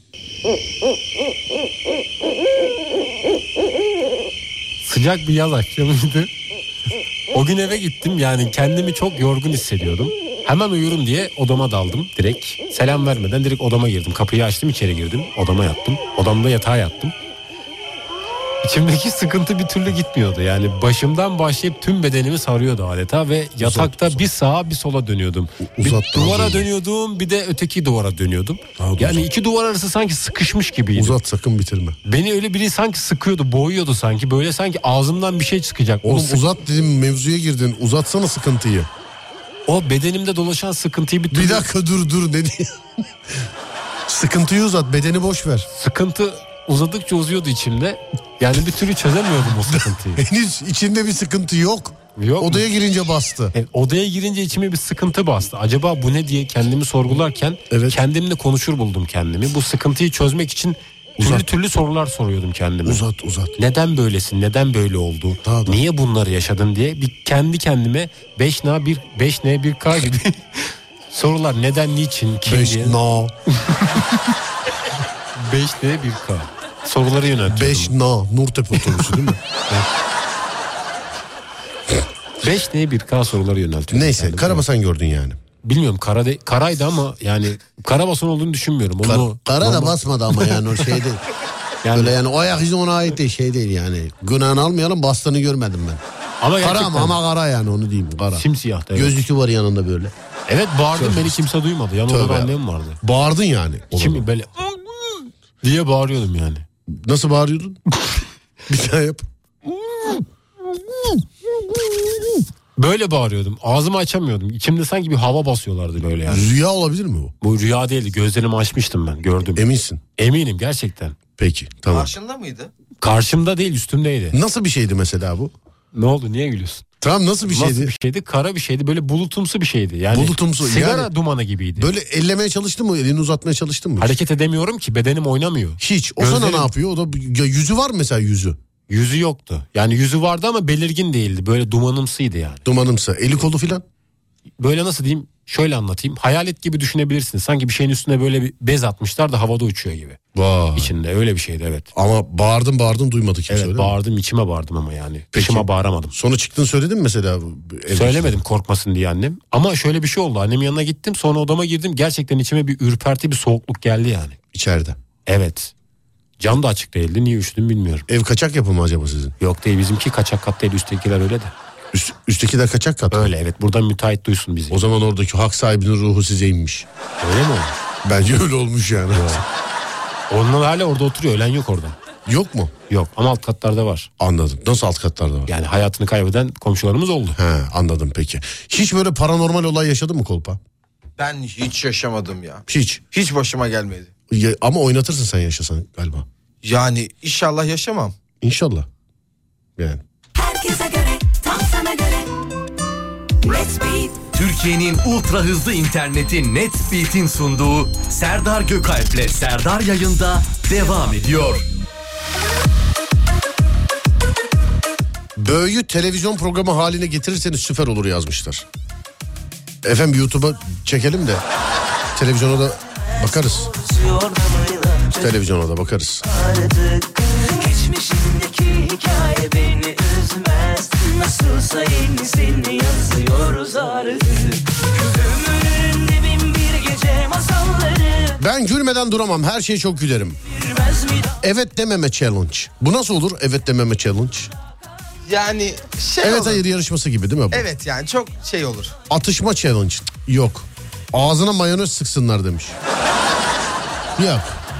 Sıcak bir yaz akşamıydı. O gün eve gittim, yani kendimi çok yorgun hissediyordum. Hemen uyurum diye odama daldım direkt. Selam vermeden direkt odama girdim. Kapıyı açtım, içeri girdim. Odama yattım. Odamda yatağa yattım. İçimdeki sıkıntı bir türlü gitmiyordu. Yani başımdan başlayıp tüm bedenimi sarıyordu adeta ve yatakta uzat. bir sağa bir sola dönüyordum. Bir Uzat, duvara daha dönüyordum, bir de öteki duvara dönüyordum. Daha da Yani uzat. iki duvar arası sanki sıkışmış gibiydi. Uzat sakın bitirme. Beni öyle biri sanki sıkıyordu, boğuyordu sanki. Böyle sanki ağzımdan bir şey çıkacak. O Oğlum sık- uzat dedim, mevzuya girdin. Uzatsana sıkıntıyı. O bedenimde dolaşan sıkıntıyı bir türlü... Bir dakika dur dur ne diye. Sıkıntıyı uzat, bedeni boş ver. Sıkıntı uzadıkça uzuyordu içimde. Yani bir türlü çözemiyordum o sıkıntıyı. Henüz içinde bir sıkıntı yok. Yok mu? Odaya girince bastı. Evet, odaya girince içime bir sıkıntı bastı. Acaba bu ne diye kendimi sorgularken Evet. kendimle konuşur buldum kendimi. Bu sıkıntıyı çözmek için türlü Uzat. türlü sorular soruyordum kendime. Uzat uzat. Neden böylesin? Neden böyle oldu? Daha da. Niye bunları yaşadın diye bir kendi kendime beş N bir beş N bir K gibi sorular, neden, niçin, kim Beş diye. na. beş N bir K soruları yöneltiyordum. Beş na. Nurtepe otobüsü değil mi? beş N bir K soruları yöneltiyordum. Neyse kendime. karabasan gördün yani. Bilmiyorum, kara de, karaydı ama yani karabasan olduğunu düşünmüyorum. Kar, Onu, kara da normal- basmadı ama yani o şey değil. yani, Öyle yani o ayak izi ona ait değil, şey değil yani. Günahını almayalım, bastığını görmedim ben. ama Kara gerçekten ama, ama kara yani, onu diyeyim, kara. simsiyahtı. Evet. Gözlüklü var yanında böyle. Evet, bağırdım, Tövbe beni kimse duymadı. Yanımda Tövbe da ya. annem vardı. Bağırdın yani. odada. Kim böyle diye bağırıyordum yani. Nasıl bağırıyordun? Bir daha yap. Böyle bağırıyordum. Ağzımı açamıyordum. İçimde sanki bir hava basıyorlardı böyle yani. Rüya olabilir mi bu? Bu rüya değildi. Gözlerimi açmıştım ben. Gördüm. Eminsin. Eminim gerçekten. Peki tamam. Karşında mıydı? Karşımda değil, üstümdeydi. Nasıl bir şeydi mesela bu? Ne oldu? Niye gülüyorsun? Tamam, nasıl bir şeydi? Nasıl bir şeydi? Kara bir şeydi. Böyle bulutumsu bir şeydi. Yani Bulutumsu, sigara yani- dumanı gibiydi. Böyle ellemeye çalıştın mı? Elini uzatmaya çalıştın mı? Hareket edemiyorum ki, bedenim oynamıyor. Hiç. O sana Gözlerim- ne yapıyor? O da ya yüzü var mı mesela, yüzü? Yüzü yoktu. Yani yüzü vardı ama belirgin değildi. Böyle dumanımsıydı yani. Dumanımsa. Eli kolu filan. Böyle nasıl diyeyim? Şöyle anlatayım. Hayalet gibi düşünebilirsiniz. Sanki bir şeyin üstüne böyle bir bez atmışlar da havada uçuyor gibi. Vay. İçinde öyle bir şeydi, evet. Ama bağırdın bağırdın duymadı kimse, Evet, öyle mi? bağırdım, içime bağırdım ama yani. Peki. Dışıma bağıramadım. Sonra çıktın söyledin mi mesela? evde? Söylemedim korkmasın diye annem. Ama şöyle bir şey oldu. Annemin yanına gittim, sonra odama girdim. Gerçekten içime bir ürperti, bir soğukluk geldi yani. İçeride. Evet. Cam da açık değildi. Niye üşüdüm bilmiyorum. Ev kaçak yapımı acaba sizin? Yok değil, bizimki kaçak kat değil, üsttekiler öyle de. Üst, üsttekiler kaçak kat. Öyle, evet, buradan müteahhit duysun bizi. O zaman oradaki hak sahibinin ruhu size inmiş. Öyle mi oldu? Bence öyle olmuş yani. Onlar hala orada oturuyor, ölen yok orada. Yok mu? Yok ama alt katlarda var. Anladım. Nasıl alt katlarda var? Yani hayatını kaybeden komşularımız oldu. He, anladım peki. Hiç böyle paranormal olay yaşadın mı Kolpa? Ben hiç yaşamadım ya. Hiç. Hiç başıma gelmedi. Ya, ama oynatırsın sen yaşasan galiba. Yani inşallah yaşamam. İnşallah. Yani. Herkese göre, tam sana göre. Let's beat. Türkiye'nin ultra hızlı interneti Netspeed'in sunduğu Serdar Gökalp'le Serdar Yayında devam ediyor. Böğü televizyon programı haline getirirseniz süper olur yazmışlar. Efendim YouTube'a çekelim de televizyona da bakarız. Televizyona da bakarız. Geçmişindeki hikaye beni üzmez. Nasılsa yenisini yazıyoruz artık. Ömrümün bin bir gece masalları. Ben gülmeden duramam, her şeyi çok gülerim. Bilmez mi? Evet dememe challenge. Bu nasıl olur, evet dememe challenge? Yani şey Evet olur. hayır yarışması gibi değil mi bu? Evet yani çok şey olur. Atışma challenge. Yok. Ağzına mayonez sıksınlar demiş. Yok.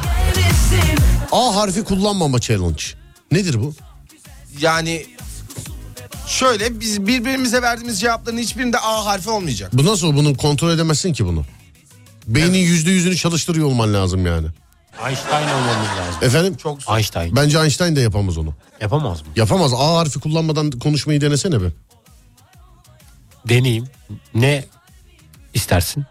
A harfi kullanmama challenge. Nedir bu? Yani şöyle, biz birbirimize verdiğimiz cevapların hiçbirinde A harfi olmayacak. Bu nasıl, bunu kontrol edemezsin ki bunu. Beynin yüzde yüzünü çalıştırıyor olman lazım yani. Einstein olmamız lazım. Efendim? Çok zor. Einstein. Bence Einstein de yapamaz onu. Yapamaz mı? Yapamaz. A harfi kullanmadan konuşmayı denesene be. Deneyeyim. Ne istersin?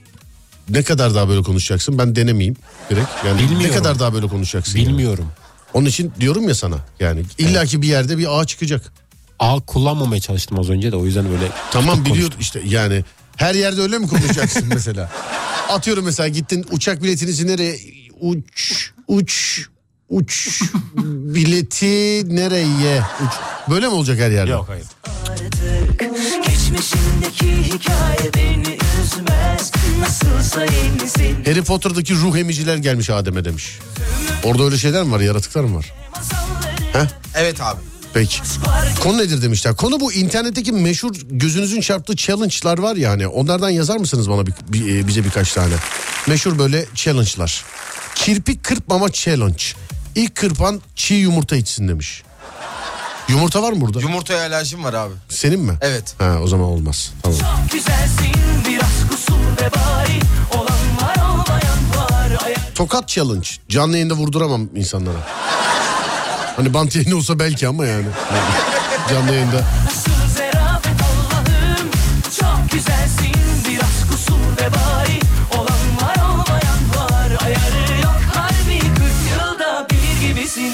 Ne kadar daha böyle konuşacaksın? Ben denemeyeyim direkt. Yani Bilmiyorum. ne kadar daha böyle konuşacaksın? yani? Bilmiyorum. Onun için diyorum ya sana yani illaki bir yerde bir ağ çıkacak. Ağ kullanmamaya çalıştım az önce de o yüzden öyle. Tamam biliyor işte yani her yerde öyle mi konuşacaksın mesela? Atıyorum mesela gittin uçak biletinizi nereye uç uç uç bileti nereye uç böyle mi olacak her yerde? Yok hayır. Geçmişindeki hikaye beni üzmez. Nasılsa yenisin. Harry Potter'daki ruh emiciler gelmiş Adem'e demiş. Orada öyle şeyler mi var, yaratıklar mı var? Heh? Evet abi. Peki. Konu nedir demişler. Konu bu internetteki meşhur gözünüzün çarptığı challenge'lar var ya hani. Onlardan yazar mısınız bana bir, bir, bize birkaç tane? Meşhur böyle challenge'lar. Kirpik kırpmama challenge. İlk kırpan çiğ yumurta içsin demiş. Yumurta var mı burada? Yumurtaya alerjim var abi. Senin mi? Evet. Ha, o zaman olmaz. Tamam. Çok güzelsin biraz kusur ve bari. Olan var olmayan var. Ay- Tokat challenge. Canlı yayında vurduramam insanlara. Hani bant yayını olsa belki ama yani. Canlı yayında. Nasıl zerafet Allah'ım. Çok güzelsin biraz kusur ve bari. Olan var olmayan var. Ayarı yok harbi kırk yılda bir gibisin.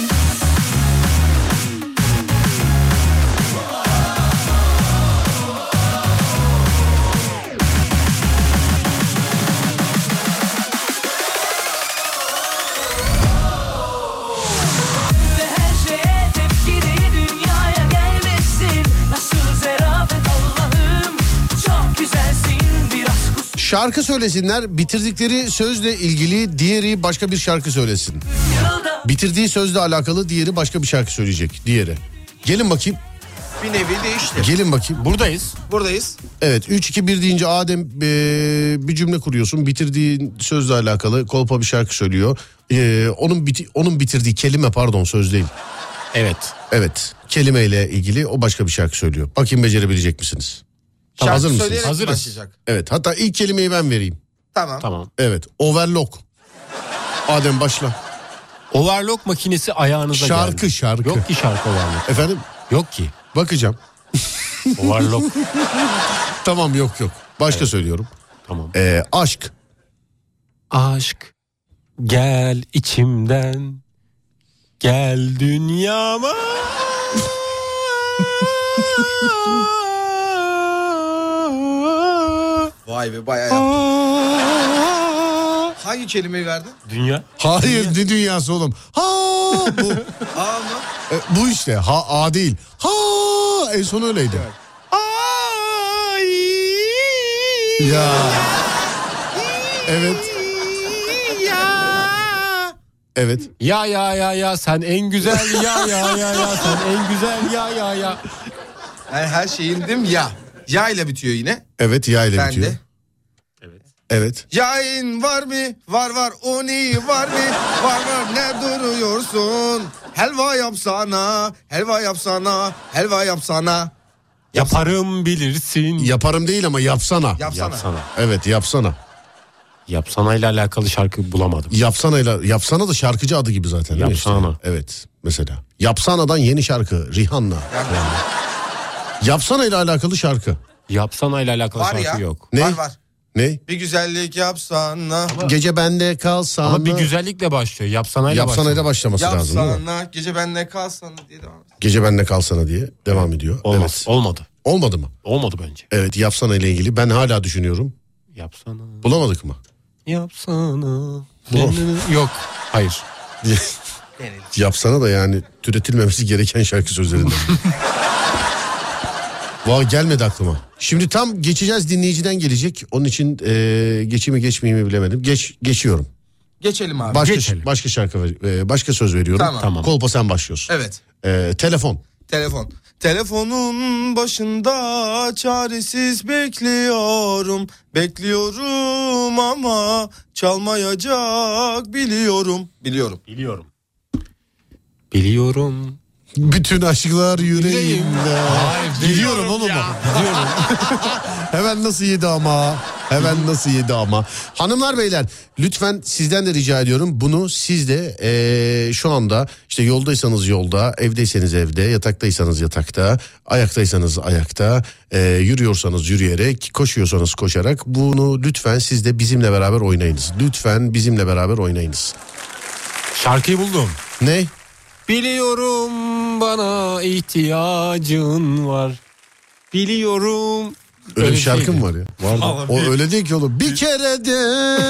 Şarkı söylesinler, bitirdikleri sözle ilgili diğeri başka bir şarkı söylesin. Bitirdiği sözle alakalı diğeri başka bir şarkı söyleyecek, diğeri. Gelin bakayım. Bir nevi değişti. Gelin bakayım. Buradayız. Buradayız. Evet, üç iki bir deyince Adem ee, bir cümle kuruyorsun. Bitirdiğin sözle alakalı kolpa bir şarkı söylüyor. Ee, onun biti, onun bitirdiği kelime pardon söz değil. Evet. Evet, kelimeyle ilgili o başka bir şarkı söylüyor. Bakayım becerebilecek misiniz? Şarkı Hazır mısınız? söyleyerek Hazırız. başlayacak. Evet, hatta ilk kelimeyi ben vereyim. Tamam. Tamam. Evet, overlock. Adem başla. Overlock makinesi ayağınıza Şarkı, geldi. şarkı. Yok ki şarkı overlock. Efendim? Yok ki. Bakacağım. Overlock. Tamam, yok yok. Başka Evet. söylüyorum. Tamam. Ee, aşk. Aşk gel içimden, gel dünyama. Vay be bayağı yaptın. Hangi kelimeyi verdin? Dünya. Hayır, ne dünyası oğlum? Ha bu. A mı? E, bu işte. Ha A değil. Ha en son öyleydi. Ya. Evet. Evet. Ya ya ya ya sen en güzel ya ya ya ya sen en güzel ya ya ya. Yani her şeyin değil mi ya? Ya ile bitiyor yine. Evet, ya ile Ben bitiyor. de. Evet. Yayın var mı? Var var. Oni var mı? Var var. Ne duruyorsun? Helva yapsana. Helva yapsana. Helva yapsana. Yaparım bilirsin. Yaparım değil ama yapsana. Yapsana. Yapsana. Evet, yapsana. Yapsana ile alakalı şarkı bulamadım. Yapsana ile yapsana da şarkıcı adı gibi zaten. değil mi Yapsana. işte? Evet, mesela. Yapsana'dan yeni şarkı Rihanna. Yani. Yapsana ile alakalı şarkı. Yapsana ile alakalı Var şarkı ya. yok. Ne? Var var. Ne? Bir güzellik yapsana. Gece bende kalsana. Ama bir güzellikle başlıyor. Yapsana ile Yapsana ile başlıyor. başlaması lazım değil mi? Yapsana. Gece benle kalsana diye devam et. Gece bende kalsana diye devam ediyor. Olmaz. Evet. Olmadı. Olmadı mı? Olmadı bence. Evet, yapsana ile ilgili ben hala düşünüyorum. Yapsana. Bulamadık mı? Yapsana. Bu. Yok. Hayır. Yapsana da yani türetilmemesi gereken şarkı sözlerinden. Vay, gelmedi aklıma. Şimdi tam geçeceğiz, dinleyiciden gelecek. Onun için e, geçeyim mi geçmeyeyim mi bilemedim. Geç geçiyorum. Geçelim abi. Başka Geçelim. başka şarkı ver- e, başka söz veriyorum. Tamam. Tamam. Kolpa sen başlıyorsun. Evet. E, telefon. Telefon. Telefonun başında çaresiz bekliyorum. Bekliyorum ama çalmayacak biliyorum. Biliyorum. Biliyorum. Biliyorum. Bütün aşklar yüreğimde. Hayır, Gidiyorum oğlum. Gidiyorum. Hemen nasıl yedi ama. Hemen nasıl yedi ama. Hanımlar beyler, lütfen sizden de rica ediyorum. Bunu siz de ee, şu anda işte yoldaysanız yolda, evdeyseniz evde, yataktaysanız yatakta, ayaktaysanız ayakta, ee, yürüyorsanız yürüyerek, koşuyorsanız koşarak bunu lütfen siz de bizimle beraber oynayınız. Lütfen bizimle beraber oynayınız. Şarkıyı buldum. Ne? Biliyorum bana ihtiyacın var. Biliyorum. Öyle, öyle bir şeydi. şarkım var ya. Vardı. Vallahi O bir... öyle değil ki oğlum. Bir kere de.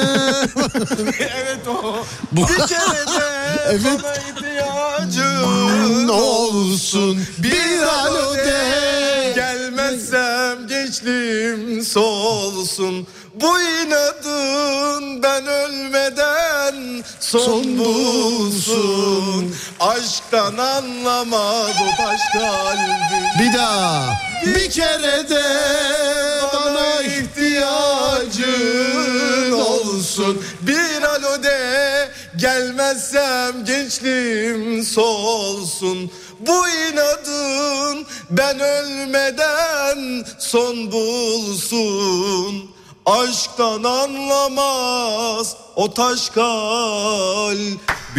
Evet o. Bu... Bir kere de evet. bana ihtiyacın olsun. Bir alo de. Gelmezsem gençliğim solsun. Bu inadın ben ölmeden son, son bulsun. Aşktan anlamaz o taş kalbim. Bir daha. Bir, bir kere de bana ihtiyacın olsun. Bir alo de. Gelmezsem gençliğim solsun. Bu inadın ben ölmeden son bulsun. Aşktan anlamaz o taş kalbim.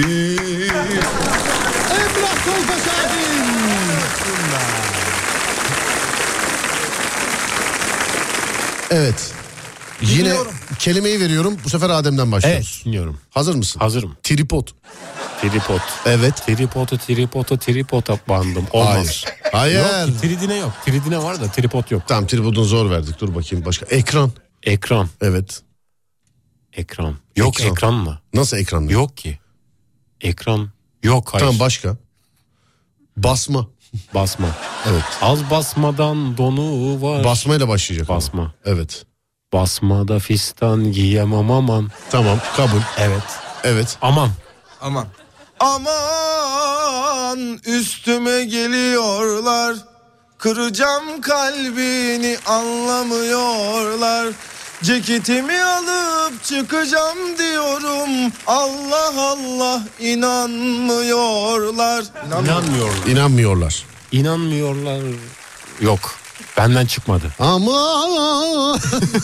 Emrah Kolpaşaydın. Evet. Yine Dinliyorum. kelimeyi veriyorum. Bu sefer Adem'den başlıyoruz. Evet, dinliyorum. Hazır mısın? Hazırım. Tripod. Tripod. Evet. Tripodu tripodu tripoda bandım. Olmaz. Hayır. Yok Hayır. ki, tridine yok. Tridine var da tripod yok. Tamam, tripodunu zor verdik. Dur bakayım başka. Ekran. Ekran. Evet. Ekran. Yok Ekran. ekran mı? Nasıl ekran? Yok ki. Ekran. Yok hayır. Tamam, başka. Basma. Basma. Evet. Az basmadan donu var. Basmayla başlayacak. Basma. Ama. Evet. Basmada fistan giyemem aman. Tamam, kabul. Evet. Evet. Aman. Aman. Aman üstüme geliyorlar. Kıracağım kalbini anlamıyorlar. Ceketimi alıp çıkacağım diyorum. Allah Allah inanmıyorlar. İnanmıyorlar. İnanmıyorlar. İnanmıyorlar. Yok. Benden çıkmadı. Aman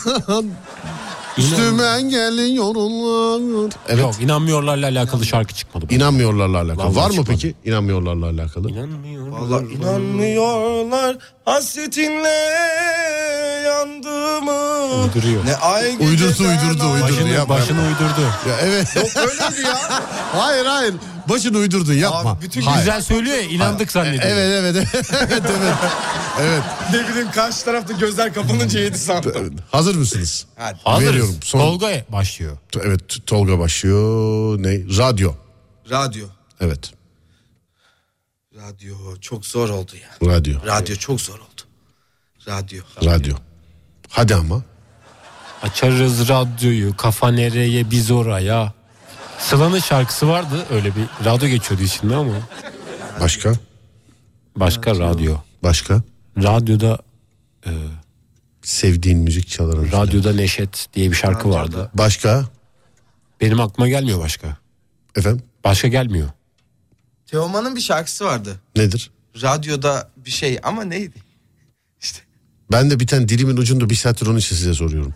üstüme geliyorlar. Evet. Yok, inanmıyorlarla alakalı şarkı çıkmadı. İnanmıyorlarla alakalı. Vallahi Var mı çıkmadı. peki inanmıyorlarla alakalı? İnanmıyorlar. Allah inanmıyorlar. Hasretinle yandığımı. Uyduruyor. Ne ay Uydurdu, geceden uydurdu, ay- uydurdu. Başını, yapma, başını yapma. uydurdu. Ya evet. Yok öyleydi ya. Hayır hayır. Başını uydurdun, yapma. Abi bütün Hayır. Güzel söylüyor ya, inandık zannediyorum. Evet evet evet. evet evet. Evet. Ne bileyim karşı tarafta gözler kapanınca yedi sandım. Hazır mısınız? Hadi. Hazırız. Veriyorum. Son- Tolga başlıyor. Evet, Tolga başlıyor. Ne? Radyo. Radyo. Evet. Radyo çok zor oldu ya. Radyo. Radyo çok zor oldu. Radyo. Radyo. Hadi ama. Açarız radyoyu, kafa nereye biz oraya. Sıla'nın şarkısı vardı, öyle bir radyo geçiyordu içinde ama. Başka? Başka radyo. Başka? Radyoda e, Sevdiğin müzik çalaran. radyoda Neşet diye bir şarkı vardı. Başka? Benim aklıma gelmiyor başka. Efendim? Başka gelmiyor. Teoman'ın bir şarkısı vardı. Nedir? Radyoda bir şey ama neydi? İşte. Ben de bir tane dilimin ucunda bir saattir onun için size soruyorum.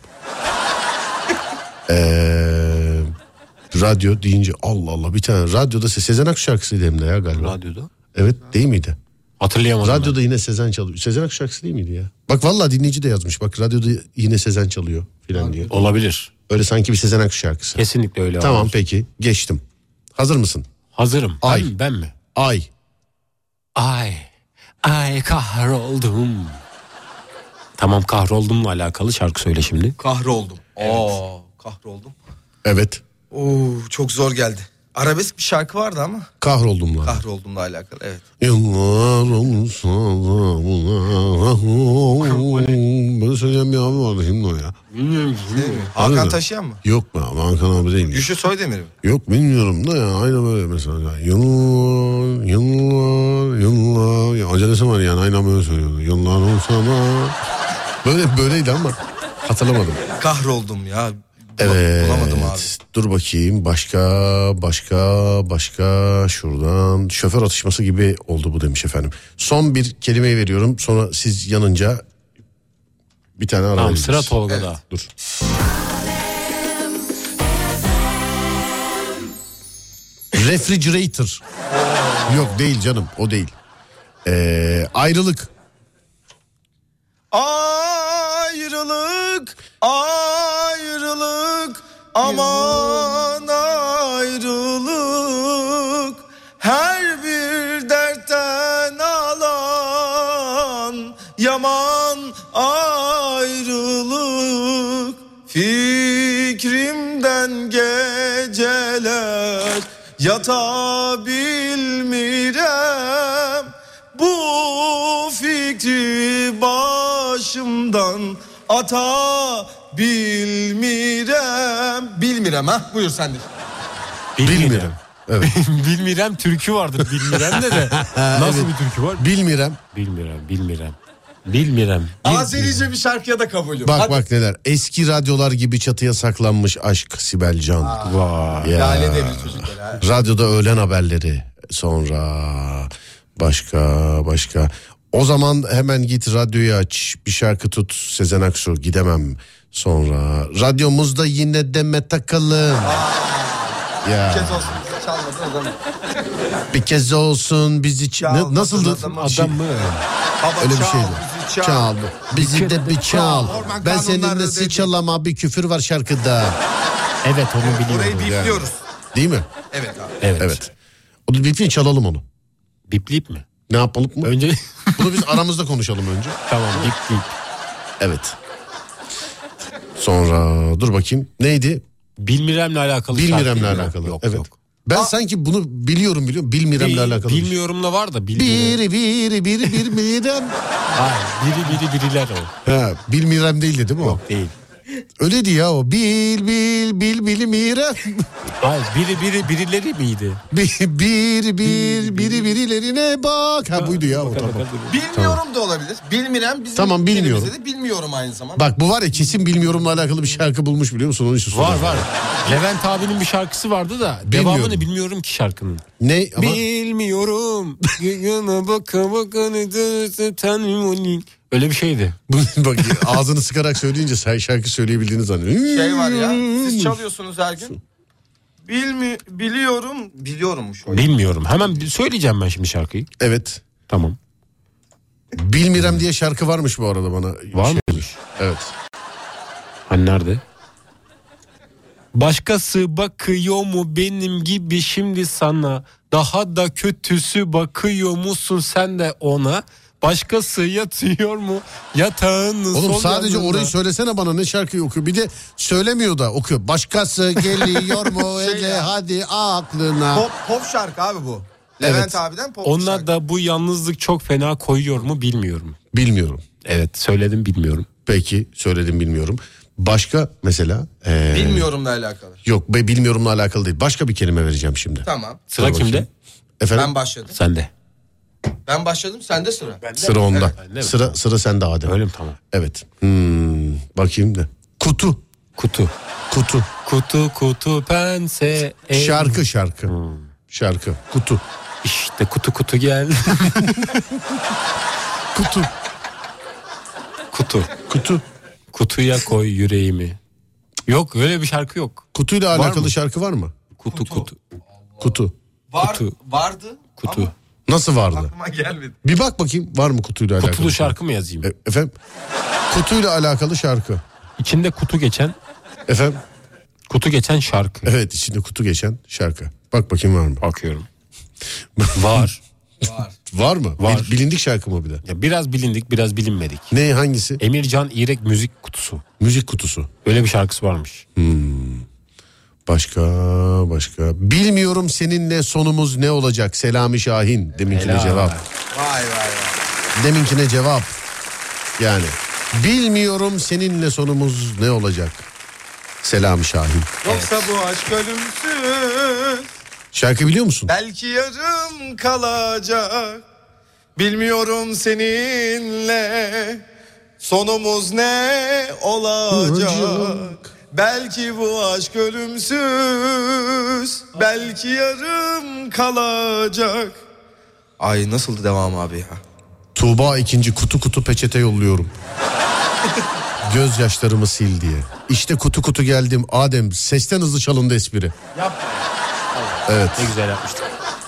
Eee... Radyo deyince Allah Allah, bir tane radyoda Se- Sezen Aksu şarkısıydı hem de ya galiba. Radyoda? Evet, değil miydi? Hatırlayamadım. Radyoda ben. yine Sezen çalıyor. Sezen Aksu şarkısı değil miydi ya? Bak vallahi dinleyici de yazmış. Bak radyoda yine Sezen çalıyor filan diye. Olabilir. Öyle sanki bir Sezen Aksu şarkısı. Kesinlikle öyle. Tamam olur. peki, geçtim. Hazır mısın? Hazırım. Ay. Ben mi? Ben mi? Ay. Ay. Ay kahroldum. Tamam, kahroldumla alakalı şarkı söyle şimdi. Kahroldum. Oo, kahroldum. Evet. Oo, çok zor geldi. Arabesk bir şarkı vardı ama. Kahroldum lan. Kahroldumla alakalı, evet. Yıllar olsa da ben söyleyeyim bir abi vardı, şimdi o ya. Değil mi? Hadi Hakan de. Taşıyan mı? Yok be abi, Hakan abi değil. Güçlü Soydemir mi? Yok, bilmiyorum da ya, aynı böyle mesela. Yıllar, yıllar, yıllar. Ya acelesi var yani, aynen böyle söylüyordu. Yıllar olsa da. Böyle böyleydi ama hatırlamadım. Kahroldum ya. Bula- Evet. Bulamadım abi. Dur bakayım, başka başka başka şuradan şoför atışması gibi oldu bu demiş efendim. Son bir kelimeyi veriyorum, sonra siz yanınca bir tane ara Tamam, veririz. sıra Tolga'da. Evet, dur. Refrigerator. Yok, değil canım, o değil. Ee, ayrılık. Ayrılık, ayrılık, aman ayrılık. Her bir ayrılık fikrimden geceler yatabilmirem bu fikri başımdan atabilmirem. Bilmirem ha buyur sen de. Bilmirem. Evet. Bilmirem türkü vardır. Bilmirem de de. Nasıl Evet. bir türkü var? Bilmirem. Bilmirem, bilmirem. Bilmirem. Azerice bir şarkıya da kabulüm. Bak Hadi. bak neler. Eski radyolar gibi çatıya saklanmış aşk Sibel Can. Vay. Ya. Lale devri çocuklar ha. Radyoda öğlen haberleri. Sonra başka başka. O zaman hemen git radyoyu aç. Bir şarkı tut Sezen Aksu. Gidemem. Sonra radyomuzda yine deme takalım. Ya. Bir kez olsun bizi çalmadın o zaman. Bir kez olsun bizi ç- Çalmadın ne, nasıldı? adamı. Şey- Adam mı? Baba Öyle bir çal, şeydi. bizi çal. Çal. Bizi de bir çal. Orman Ben kanunları seninle dedi. sıçalama bir küfür var şarkıda. Evet onu biliyorum. Orayı bipliyoruz. Değil mi? Evet abi. Evet. Evet. O da bipleyin çalalım onu. Bipleyip mi? Ne yapalım mı? Önce Bunu biz aramızda konuşalım önce. tamam bipleyip. Evet. Sonra dur bakayım. Neydi? Bilmirem'le alakalı. Bilmirem'le şarkı değil mi? alakalı. Yok evet. yok. Ben sanki bunu biliyorum biliyorum. Bilmirem'le Bil- alakalı. bir şey. Bilmiyorum'la var da bilmirem. Bir bir bir bir mirem. Hayır biri biri biriler o. Ha, bilmirem değildi değil mi o? Yok değil. Öyleydi ya o. Bil bil bil bil mirem. Hayır biri biri birileri miydi? Bir bir bir biri birilerine bak. Ha buydu ya o tamam. Bilmiyorum da olabilir. Bilmirem bizim Tamam, bilmiyorum. dilimizde de bilmiyorum aynı zamanda. Bak bu var ya kesin bilmiyorumla alakalı bir şarkı bulmuş biliyor musun? Onun için Var soruyorum. var. Levent abinin bir şarkısı vardı da Bilmiyorum. devamını bilmiyorum ki şarkının. Ne ama? Bilmiyorum. Yana baka baka ne derse tanrım. Öyle bir şeydi. Bak ağzını sıkarak söyleyince sen şarkı söyleyebildiğini zannediyorum. Şey var ya siz çalıyorsunuz her gün. Bilmi biliyorum biliyorummuş o. Bilmiyorum. Hemen bir- söyleyeceğim ben şimdi şarkıyı. Evet. Tamam. Bilmirem diye şarkı varmış bu arada bana. Var Şey- mıymış? Evet. Hani nerede? Başkası bakıyor mu benim gibi şimdi sana? Daha da kötüsü bakıyor musun sen de ona? Başkası yatıyor mu yatağının Oğlum sol sadece yanında? orayı söylesene bana ne şarkıyı okuyor. Bir de söylemiyor da okuyor. Başkası geliyor mu Şey Ege ya. hadi aklına. Pop, pop şarkı abi bu. Evet. Levent abiden pop bir Onlar şarkı. da bu yalnızlık çok fena koyuyor mu bilmiyorum. Bilmiyorum. Evet söyledim bilmiyorum. Peki söyledim bilmiyorum. Başka mesela? ee, Bilmiyorumla alakalı. Yok be bilmiyorumla alakalı değil. Başka bir kelime vereceğim şimdi. Tamam. Sıra Dur bakayım. kimde? Efendim? Ben başladım. Sende. Ben başladım sende sıra. Sıra onda. Bende mi? Sıra sıra sende Adem. Öyle mi? Tamam. Evet. Hmm, bakayım da. Kutu. Kutu. Kutu. Kutu kutu pense. el- Şarkı şarkı. Şarkı. Kutu. İşte kutu kutu gel. Kutu. Kutu. Kutu. Kutuya koy yüreğimi. Yok öyle bir şarkı yok. Kutuyla Var alakalı mı? şarkı var mı? Kutu kutu. Kutu. Var, Kutu. vardı Kutu. ama Nasıl vardı? aklıma gelmedi. Bir bak bakayım var mı kutuyla alakalı? Kutulu şarkı mı yazayım? E- efendim? Kutuyla alakalı şarkı. İçinde kutu geçen Efendim? kutu geçen şarkı. Evet içinde kutu geçen şarkı. Bak bakayım var mı? Bakıyorum. Var. Var. Var mı? Var. Bil- bilindik şarkı mı bir de? Ya biraz bilindik biraz bilinmedik. Ne hangisi? Emircan İrek müzik kutusu. Müzik kutusu. Öyle bir şarkısı varmış. Başka başka. Bilmiyorum seninle sonumuz ne olacak? Selami Şahin. Deminkine Helal. cevap. Vay vay vay. Deminkine cevap. Yani. Bilmiyorum seninle sonumuz ne olacak? Selami Şahin. Yoksa bu aşk ölümsüz. Şarkı biliyor musun? Belki yarım kalacak. Bilmiyorum seninle sonumuz ne olacak. Belki bu aşk ölümsüz. Belki yarım kalacak. Ay nasıldı devam abi ya? Tuğba ikinci kutu kutu peçete yolluyorum. Gözyaşlarımı sil diye. İşte kutu kutu geldim. Adem sesten hızlı çalındı espri. Yapma. Evet. Ne güzel yapmıştık.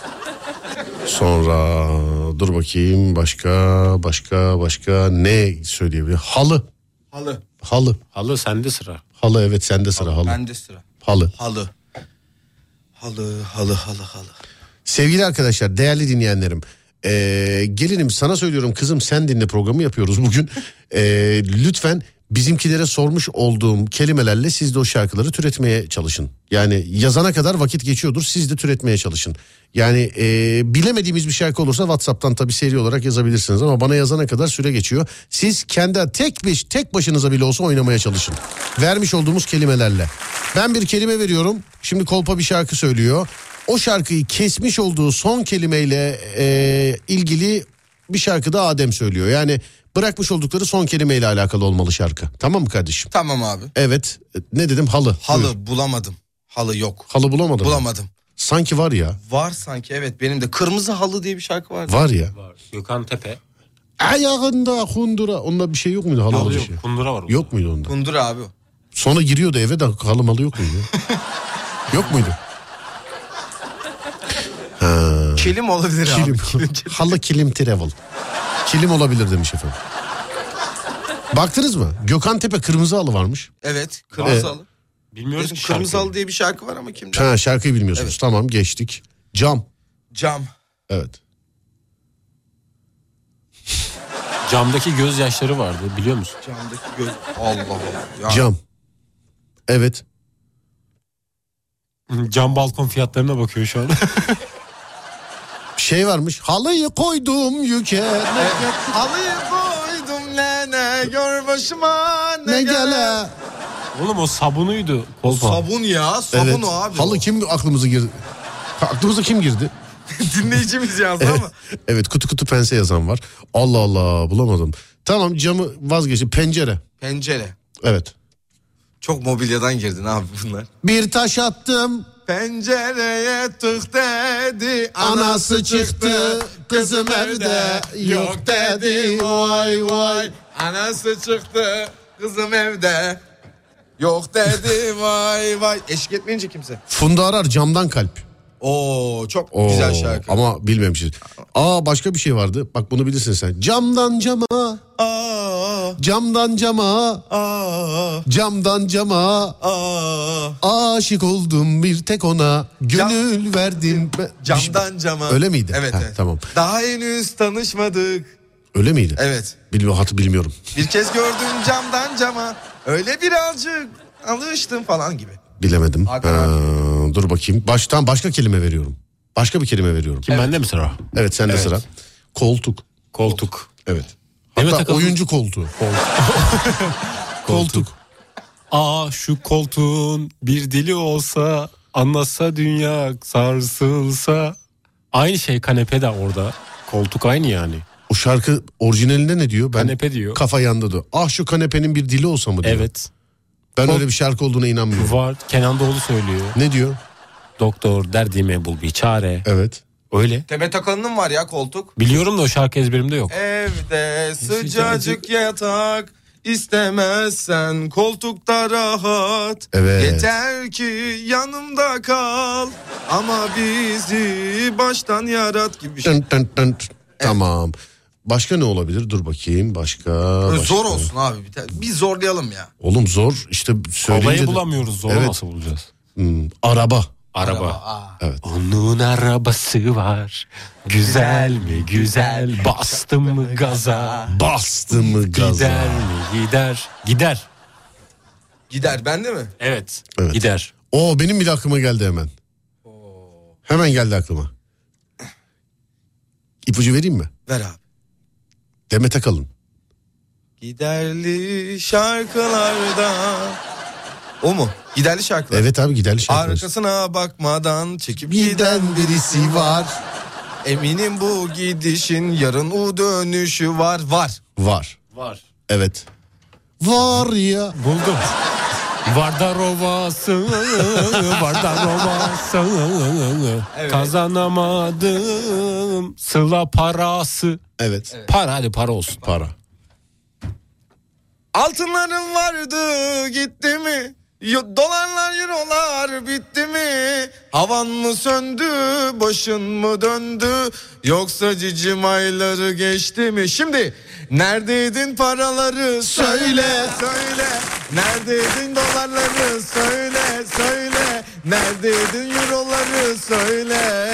Sonra dur bakayım başka başka başka ne söyleyebilir? Halı. Halı. Halı. Halı sende sıra. Halı evet sende sıra halı. Bende sıra. Halı. Halı. Halı, halı, halı, halı. Sevgili arkadaşlar, değerli dinleyenlerim. Ee, gelinim sana söylüyorum kızım sen dinle programı yapıyoruz bugün. Ee, lütfen bizimkilere sormuş olduğum kelimelerle siz de o şarkıları türetmeye çalışın. Yani yazana kadar vakit geçiyordur, siz de türetmeye çalışın. Yani e, bilemediğimiz bir şarkı olursa WhatsApp'tan tabii seri olarak yazabilirsiniz ama bana yazana kadar süre geçiyor. Siz kendi tek bir tek başınıza bile olsa oynamaya çalışın. Vermiş olduğumuz kelimelerle. Ben bir kelime veriyorum. Şimdi Kolpa bir şarkı söylüyor. O şarkıyı kesmiş olduğu son kelimeyle e, ilgili bir şarkı da Adem söylüyor. Yani bırakmış oldukları son kelimeyle alakalı olmalı şarkı. Tamam mı kardeşim? Tamam abi. Evet. Ne dedim? Halı. Halı Buyur. bulamadım. Halı yok. Halı bulamadım. Bulamadım. Sanki var ya. Var sanki, evet, benim de Kırmızı Halı diye bir şarkı vardı. Var ya. Var. Gökhan Tepe. Ayağında kundura. Onda bir şey yok muydu? Halı Halı bir yok. şey. Kundura var. Yok muydu onda? Kundura abi o. Sonra giriyordu eve de halı malı yok muydu? Yok muydu? Ha. Kilim olabilir Kilim. abi. Halı kilim travel. Kilim olabilir demiş efendim. Baktınız mı? Gökhan Tepe Kırmızı Halı varmış. Evet, Kırmızı Evet. Halı. Bilmiyoruz Dedim, ki Kırmızı şarkıyı. Halı diye bir şarkı var ama kimden? Ha, şarkıyı bilmiyorsunuz. Evet. Tamam, geçtik. Cam. Cam. Evet. Camdaki gözyaşları vardı, biliyor musun? Camdaki göz. Allah Allah. Ya. Cam. Evet. Cam balkon fiyatlarına bakıyor şu an. Şey varmış. Halıyı koydum yüke. Evet. Halıyı koydum ne ne gör başıma ne, Ne gele. gele. Oğlum o sabunuydu. Kolpa. Sabun ya, sabun Evet. o abi. Halı o. kim aklımıza girdi? Ha, aklımıza kim girdi? Dinleyicimiz yazdı ama. Evet, kutu kutu pense yazan var. Allah Allah, bulamadım. Tamam, camı vazgeçtim. Pencere. Pencere. Evet. Çok mobilyadan girdin abi bunlar. Bir taş attım. Pencereye tık dedi. Anası çıktı. Kızım evde yok dedi. Vay vay. Anası çıktı. Kızım evde. Yok dedi vay vay. Eşlik etmeyince kimse. Funda Arar Camdan Kalp. Oo çok Oo, güzel şarkı. ama bilmemişiz. Aa, başka bir şey vardı. Bak, bunu bilirsin sen. Camdan cama. Aa, Camdan cama. aa, Camdan cama. aa. Aşık oldum bir tek ona. Gönül verdim. Ben- Camdan cama. Öyle miydi? Evet, Ha, evet. tamam. Daha henüz tanışmadık. Öyle miydi? Evet. Bilmiyorum, hatı bilmiyorum. Bir kez gördüm camdan cama. Öyle birazcık alıştım falan gibi. Bilemedim. Hakan Ha, dur bakayım. Baştan başka kelime veriyorum. Başka bir kelime veriyorum. Kim, bende mi sıra? Evet, sende Evet. sıra. Koltuk. Koltuk. Evet. Demet Hatta Akalın- oyuncu koltuğu. Koltuk. Aa, şu koltuğun bir dili olsa, anlatsa dünya sarsılsa. Aynı şey kanepe de orada. Koltuk aynı yani. O şarkı orijinalinde ne diyor? Ben Kanepe diyor. Kafa yandı da. Ah, şu kanepenin bir dili olsa mı diyor. Evet. Ben Kol- öyle bir şarkı olduğuna inanmıyorum. Var. Kenan Doğulu söylüyor. Ne diyor? Doktor derdime bul bir çare. Evet. Öyle. Demet Akalın'ın var ya koltuk. Biliyorum da o şarkı ezberimde yok. Evde sıcacık yatak istemezsen koltukta rahat. Evet. Yeter ki yanımda kal ama bizi baştan yarat gibi bir şey. Tın tın tın. Tamam. Başka ne olabilir? Dur bakayım. Başka. Böyle başka. zor olsun abi. Bir, tane- bir zorlayalım ya. Oğlum zor. İşte söyleyince Babayı de- bulamıyoruz. Zor Evet. nasıl bulacağız? Hmm, araba. Araba. Aa. Evet. Onun arabası var. Güzel mi güzel. Bastım mı gaza. Bastı mı gaza? Gider mi gider. Gider. Gider bende mi? Evet. Evet. Gider. Oo, benim bile aklıma geldi hemen. Hemen geldi aklıma. İpucu vereyim mi? Ver abi. Demet Akalın. Giderli şarkılarda. O mu? Giderli şarkılar. Evet abi, giderli şarkılar. Arkasına bakmadan çekip Giden birisi var. Eminim bu gidişin yarın o dönüşü var. Var. Var. Var. Evet. Var ya. Buldum. Vardar Ovası, Vardar Ovası, Evet. kazanamadım sıla parası. Evet. Para, hadi para olsun. Para. Altınların vardı gitti mi? Yo- Dolarlar eurolar bitti mi? Havan mı söndü, başın mı döndü? Yoksa cicim ayları geçti mi? Şimdi neredeydin paraları söyle söyle. Neredeydin dolarları söyle söyle. Neredeydin euroları söyle.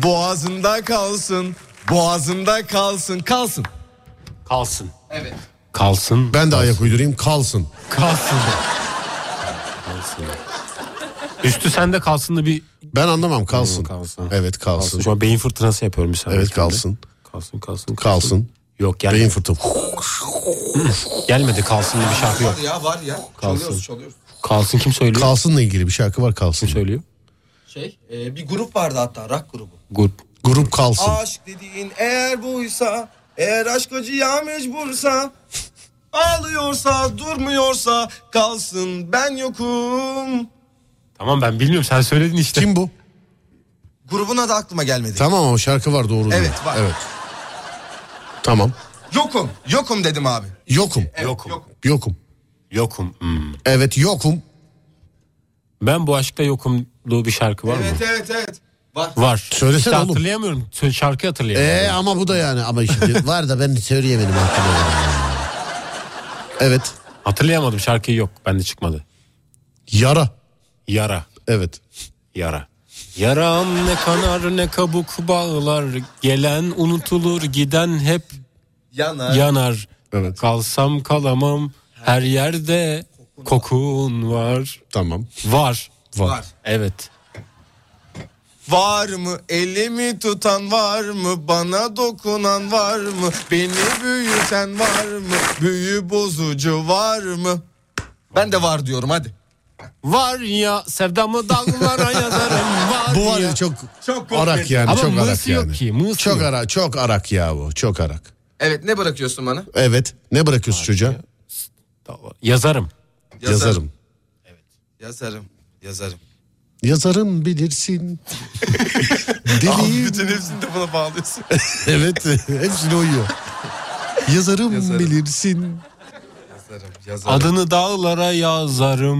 Boğazında kalsın, boğazında kalsın, kalsın. Kalsın. Evet. Kalsın. Ben de kalsın. ayak uydurayım, kalsın. Kalsın. Kalsın. Üstü sende kalsın da bir... Ben anlamam, kalsın. Hmm, kalsın. Evet kalsın. kalsın. Şu an beyin fırtınası yapıyorum müsaade. Evet kalsın. Kalsın kalsın. Kalsın. Yok gelmedi. Beyin fırtına. Gelmedi kalsın diye bir şarkı yok. Var ya var ya. Kalsın. Çalıyoruz çalıyoruz. Kalsın kim söylüyor? Kalsın'la ilgili bir şarkı var, kalsın. Kim söylüyor? Şey e, bir grup vardı hatta, rock grubu. Grup. Grup kalsın. Aşk dediğin eğer buysa, eğer aşk acıya mecbursa, ağlıyorsa durmuyorsa kalsın, ben yokum. Tamam ben bilmiyorum, sen söyledin işte. Kim bu? Grubun adı aklıma gelmedi. Tamam ama şarkı var, doğru. Evet, değil. var. Evet. Tamam. Yokum. Yokum dedim abi. Yokum. Evet, Yokum. yokum. Yokum. Yokum. Hmm. Evet yokum. Ben bu aşkta yokumlu bir şarkı var Evet mı? evet evet. Var. Var. Söylesene işte oğlum. hatırlayamıyorum. Sö- Şarkıyı hatırlayamıyorum. Ee ama bu da yani, ama işte var da ben söyleyemedim. Evet. Hatırlayamadım, şarkıyı yok. Bende çıkmadı. Yara. Yara. Evet. Yara. Yaram ne kanar ne kabuk bağlar. Gelen unutulur, giden hep Yanar. yanar. Evet. Kalsam kalamam, her yerde kokun var. Tamam. Var. Var. Var. Evet. Var mı elimi tutan, var mı bana dokunan, var mı beni büyüten, var mı büyü bozucu, var mı? Ben de var diyorum, hadi. Var ya sevdamı dağlara yazarım. Var Bu var ya. ya çok, Çok arak konkret. yani. Ama çok arak mısı yok yani. ki, mısı çok yok. arak, çok arak ya bu. Çok arak. Evet, ne bırakıyorsun bana? Evet. Ne bırakıyorsun çocuğa? Yazarım. Yazarım. Yazarım. Yazarım. Yazarım bilirsin. Abi Deliyim. bütün hepsini de buna bağlıyorsun. Evet. Hepsine uyuyor. Yazarım, Yazarım. bilirsin. Yazarım. Yazarım. Adını dağlara yazarım.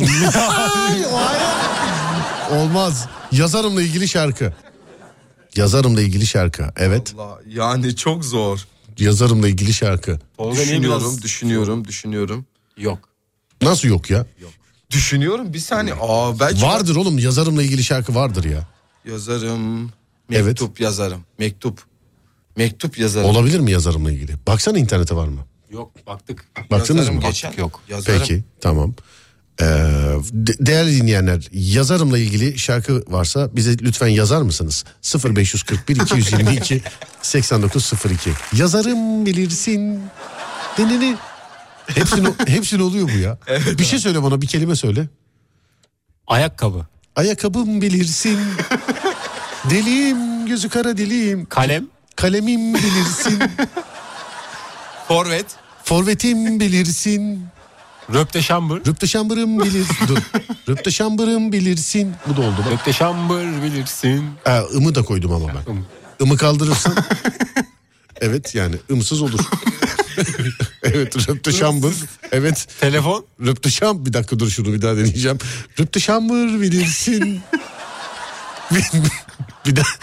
Olmaz. Yazarımla ilgili şarkı. Yazarımla ilgili şarkı. Evet. Allah, yani çok zor. Yazarımla ilgili şarkı. Düşünüyorum, düşünüyorum, düşünüyorum. Yok. Nasıl yok ya? Düşünüyorum bir saniye. Aa belki Vardır oğlum, yazarımla ilgili şarkı vardır ya. yazarım. Evet. Mektup yazarım. Mektup. Mektup yazarım. Olabilir mi yazarımla ilgili? Baksana internete var mı? Yok baktık. Baktınız Yazarım mı? geçen. Yok. Yazarım. Peki tamam. Ee, de- değerli dinleyenler, yazarımla ilgili şarkı varsa bize lütfen yazar mısınız? sıfır beş kırk bir iki yüz yirmi iki seksen dokuz sıfır iki. Yazarım bilirsin. Denini. Hepsini, hepsini oluyor bu ya. Bir şey söyle bana, bir kelime söyle. Ayakkabı. Ayakkabım bilirsin. Deliyim, gözü kara deliyim. Kalem. Kalemim bilirsin. Forvet. Forvetim bilirsin. Röpte şambır. Rüpte şambırım bilirsin. Dur. Rüpte şambırım bilirsin. Bu da oldu bak. Röpte şambır bilirsin. Ha, ımı da koydum ama ben. ım. Imı kaldırırsan. Evet yani ımsız olur. Evet, röpte şambır. Evet. Telefon. Röpte şam. Bir dakika dur, şunu bir daha deneyeceğim. Röpte şambır bilirsin. bir, bir daha.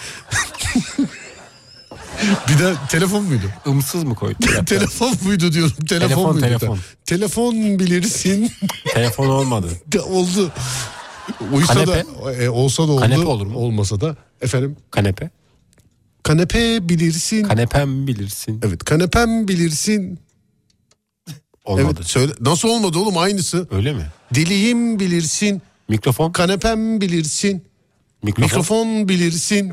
Bir daha telefon muydu? Imsız mı koydun? Telefon muydu diyorum. Telefon, Telefon, muydu? telefon. Telefon bilirsin. Telefon olmadı. De oldu. Uysa Kanepe? da e, olsa da oldu. Kanepe olur mu? Olmasa da efendim. Kanepe. Kanepe bilirsin. Kanepem bilirsin. Evet, kanepem bilirsin. Olmadı. Evet, söyle. Nasıl olmadı oğlum, aynısı. Öyle mi? Deliyim bilirsin. Mikrofon. Kanepem bilirsin. Mikrofon. Mikrofon bilirsin.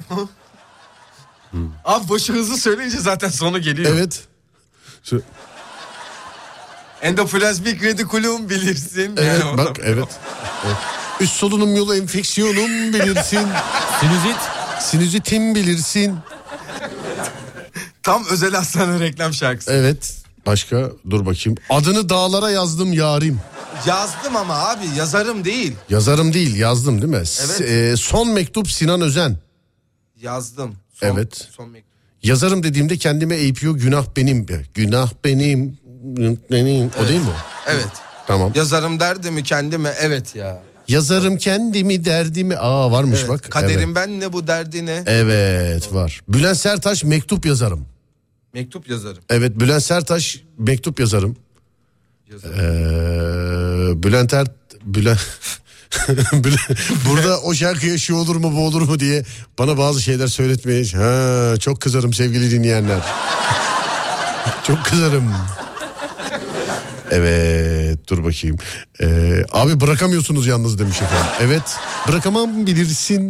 Abi başı hızlı söyleyince zaten sonu geliyor. Evet. Sö- Endoplazmik redikulum bilirsin. Evet Yani bak oradan- evet. Evet. Üst solunum yolu enfeksiyonum bilirsin. Sinüzit. Sinüzitim bilirsin. Tam özel hastane reklam şarkısı. Evet. Başka dur bakayım. Adını dağlara yazdım yarim. Yazdım ama abi, yazarım değil. Yazarım değil, yazdım değil mi? S- e, son mektup Sinan Özen. Yazdım. Son, Evet. Son mektup. Yazarım dediğimde kendime eğipiyor, günah benim. Günah benim. benim. O değil mi o? Evet. Tamam. Yazarım derdimi kendime, evet ya. Yazarım kendimi derdimi. Aa varmış Evet. bak. Kaderim Evet. ben ne bu derdine. Evet var. Bülent Sertaç mektup yazarım. Mektup yazarım. Evet, Bülent Sertaç mektup yazarım. Yazarım. Ee, Bülent Er... Bülent... Bülent- Burada o şarkıya şu olur mu bu olur mu diye bana bazı şeyler söyletmeye... Ha, çok kızarım sevgili dinleyenler. Çok kızarım. Evet dur bakayım. Ee, abi bırakamıyorsunuz yalnız demiş efendim. Evet bırakamam bilirsin.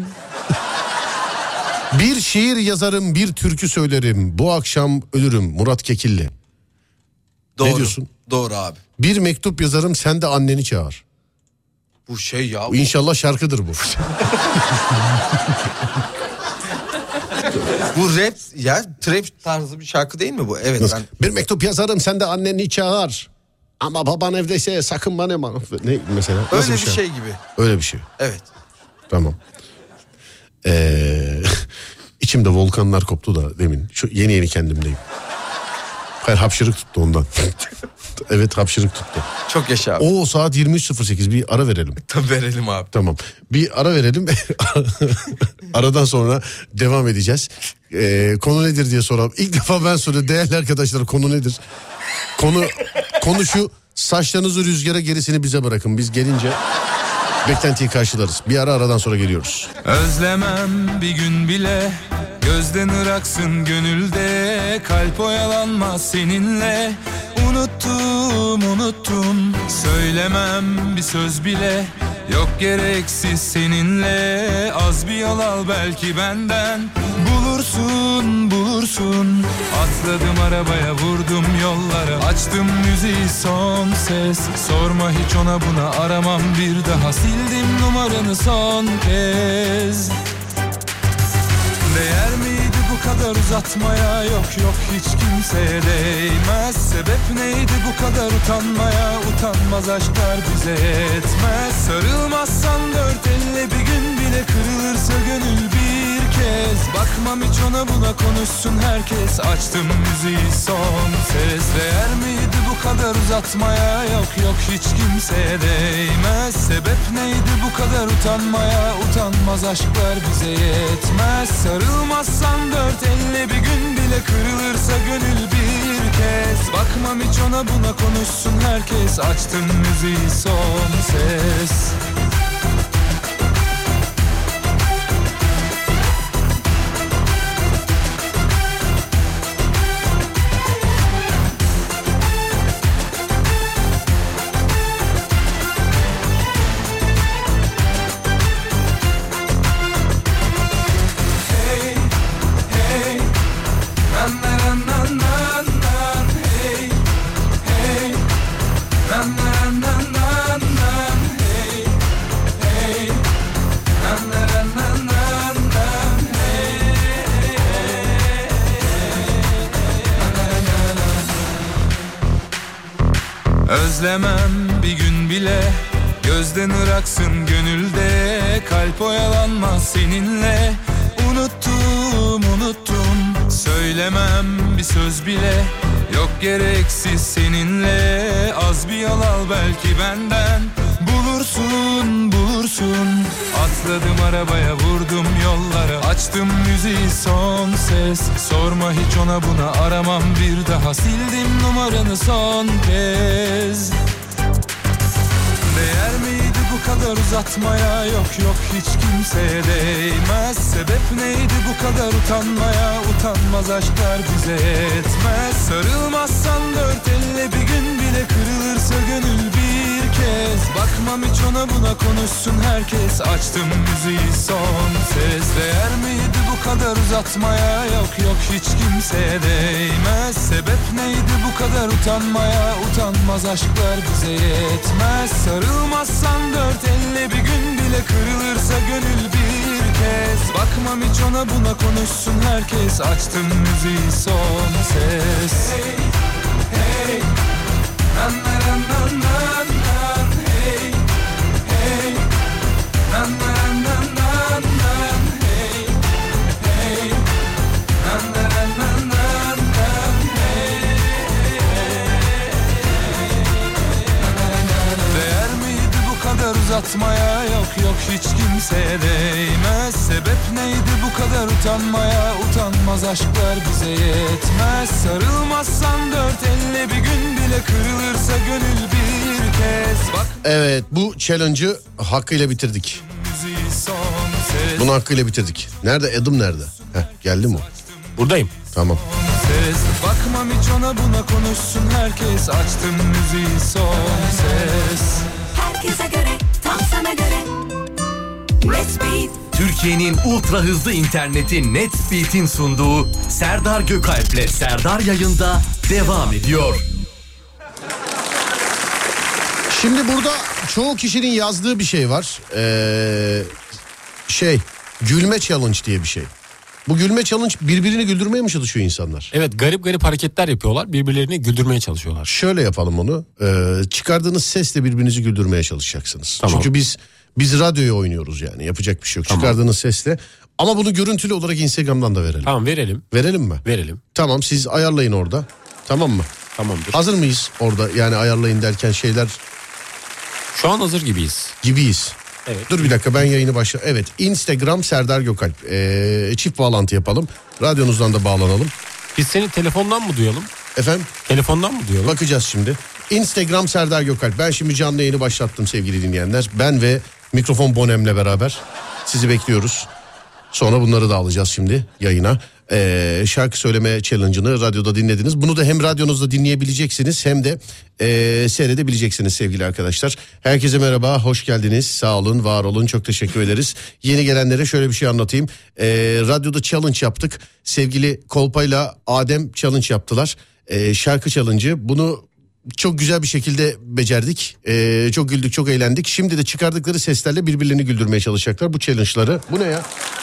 Bir şiir yazarım, bir türkü söylerim. Bu akşam ölürüm. Murat Kekilli. Doğru. Ne diyorsun? Doğru abi. Bir mektup yazarım, sen de anneni çağır. Bu şey ya. Bu İnşallah şarkıdır bu. Bu rap ya trap tarzı bir şarkı değil mi bu? Evet. Ben... Bir mektup yazarım, sen de anneni çağır. Ama baban evdeyse sakın bana ne mesela? Öyle Nasıl bir şey? şey gibi. Öyle bir şey. Evet. Tamam. Ee, içimde volkanlar koptu da demin. Şu yeni yeni kendimdeyim. Hayır hapşırık tuttu ondan. Evet hapşırık tuttu. Çok yaşa abi. Oo saat yirmi üç sıfır sekiz bir ara verelim. Tabii verelim abi. Tamam. Bir ara verelim. Aradan sonra devam edeceğiz. Ee, konu nedir diye soralım. İlk defa ben soruyorum. Değerli arkadaşlar konu nedir? Konu konu şu. Saçlarınızı rüzgara, gerisini bize bırakın. Biz gelince beklentiyi karşılarız. Bir ara aradan sonra geliyoruz. Özlemem bir gün bile, gözden ıraksın gönülde, kalp oyalanmaz seninle. Unuttum unuttum, söylemem bir söz bile, yok gereksiz seninle. Az bir yol al belki benden, bulursun bulursun. Atladım arabaya, vurdum yollara, açtım müziği son ses. Sorma hiç ona buna, aramam bir daha, sildim numaranı son kez. Değer miydi bu kadar uzatmaya, yok yok hiç kimseye değmez. Sebep neydi bu kadar utanmaya, utanmaz aşklar bize yetmez. Sarılmazsan dört elle bir gün bile, kırılırsa gönül bir kez. Bakmam hiç ona buna, konuşsun herkes, açtım müziği son ses. Değer miydi bu kadar uzatmaya, yok yok hiç kimseye değmez. Sebep neydi bu kadar utanmaya, utanmaz aşklar bize yetmez. Sarılmazsan dört elle bir gün bile, kırılırsa gönül bir kez. Bakmam hiç ona buna, konuşsun herkes, açtım müziği son ses. Özlemem bir gün bile, gözden ıraksın gönülde, kalp oyalanmaz seninle. Unuttum unuttum, söylemem bir söz bile, yok gereksiz seninle. Az bir yol al belki benden, bulursun bulursun. Atladım arabaya, vurdum yollara, açtım müziği son ses. Sorma hiç ona buna, aramam bir daha, sildim numaranı son kez. Değer miydi bu kadar uzatmaya, yok yok hiç kimseye değmez. Sebep neydi bu kadar utanmaya, utanmaz aşklar bize yetmez. Sarılmazsan dört elle bir gün bile, kırılırsa gönül bir kez. Bakmam hiç ona buna, konuşsun herkes, açtım müziği son ses. Değer miydi bu kadar uzatmaya, yok yok hiç kimseye değmez. Sebep neydi bu kadar utanmaya, utanmaz aşklar bize yetmez. Sarılmazsan dört elle bir gün bile, kırılırsa gönül bir kez. Bakmam hiç ona buna, konuşsun herkes, açtım müziği son ses. Hey, hey, nan nan nan nan nan, hey, hey, nan nan nan nan nan, hey, hey, nan nan nan nan nan, hey, değer miydi bu kadar uzatmaya, yok yok hiç kimseye değmez. Sebep neydi bu kadar utanmaya, utanmaz aşklar bize yetmez. Sarılmazsan dört elle bir gün bile, kırılırsa gönül bir kez. Bak... Evet bu challenge'ı hakkıyla bitirdik. Bunu hakkıyla bitirdik. Nerede Adam nerede? Heh, geldi mi o? Buradayım. Tamam. kez. Bakmam hiç ona buna, konuşsun herkes. Açtım müziği son ses. Herkese göre, tam sana göre. Let's Beat. Türkiye'nin ultra hızlı interneti NetSpeed'in sunduğu Serdar Gökalp'le Serdar Yayında devam ediyor. Şimdi burada çoğu kişinin yazdığı bir şey var. Ee, şey, gülme challenge diye bir şey. Bu gülme challenge, birbirini güldürmeye mi çalışıyor insanlar? Evet, garip garip hareketler yapıyorlar. Birbirlerini güldürmeye çalışıyorlar. Şöyle yapalım onu. Ee, çıkardığınız sesle birbirinizi güldürmeye çalışacaksınız. Tamam. Çünkü biz biz radyoya oynuyoruz yani. Yapacak bir şey yok. Tamam. Çıkardığınız sesle. Ama bunu görüntülü olarak Instagram'dan da verelim. Tamam, verelim. Verelim mi? Verelim. Tamam, siz ayarlayın orada. Tamam mı? Tamamdır. Hazır mıyız orada? Yani ayarlayın derken şeyler... Şu an hazır gibiyiz. Gibiyiz. Evet. Dur bir dakika, ben yayını başla. Evet, Instagram Serdar Gökalp. Ee, çift bağlantı yapalım. Radyonuzdan da bağlanalım. Biz seni telefondan mı duyalım? Efendim? Telefondan mı duyalım? Bakacağız şimdi. Instagram Serdar Gökalp. Ben şimdi canlı yayını başlattım sevgili dinleyenler. Ben ve mikrofon bonemle beraber sizi bekliyoruz. Sonra bunları da alacağız şimdi yayına. Ee, şarkı söyleme challenge'ını radyoda dinlediniz. Bunu da hem radyonuzda dinleyebileceksiniz hem de e, seyredebileceksiniz sevgili arkadaşlar. Herkese merhaba, hoş geldiniz. Sağ olun, var olun, çok teşekkür ederiz. Yeni gelenlere şöyle bir şey anlatayım. Ee, radyoda challenge yaptık. Sevgili Kolpa'yla Adem challenge yaptılar. Ee, şarkı challenge'ı. Bunu çok güzel bir şekilde becerdik. Ee, çok güldük, çok eğlendik. Şimdi de çıkardıkları seslerle birbirlerini güldürmeye çalışacaklar bu challenge'ları. Bu ne ya?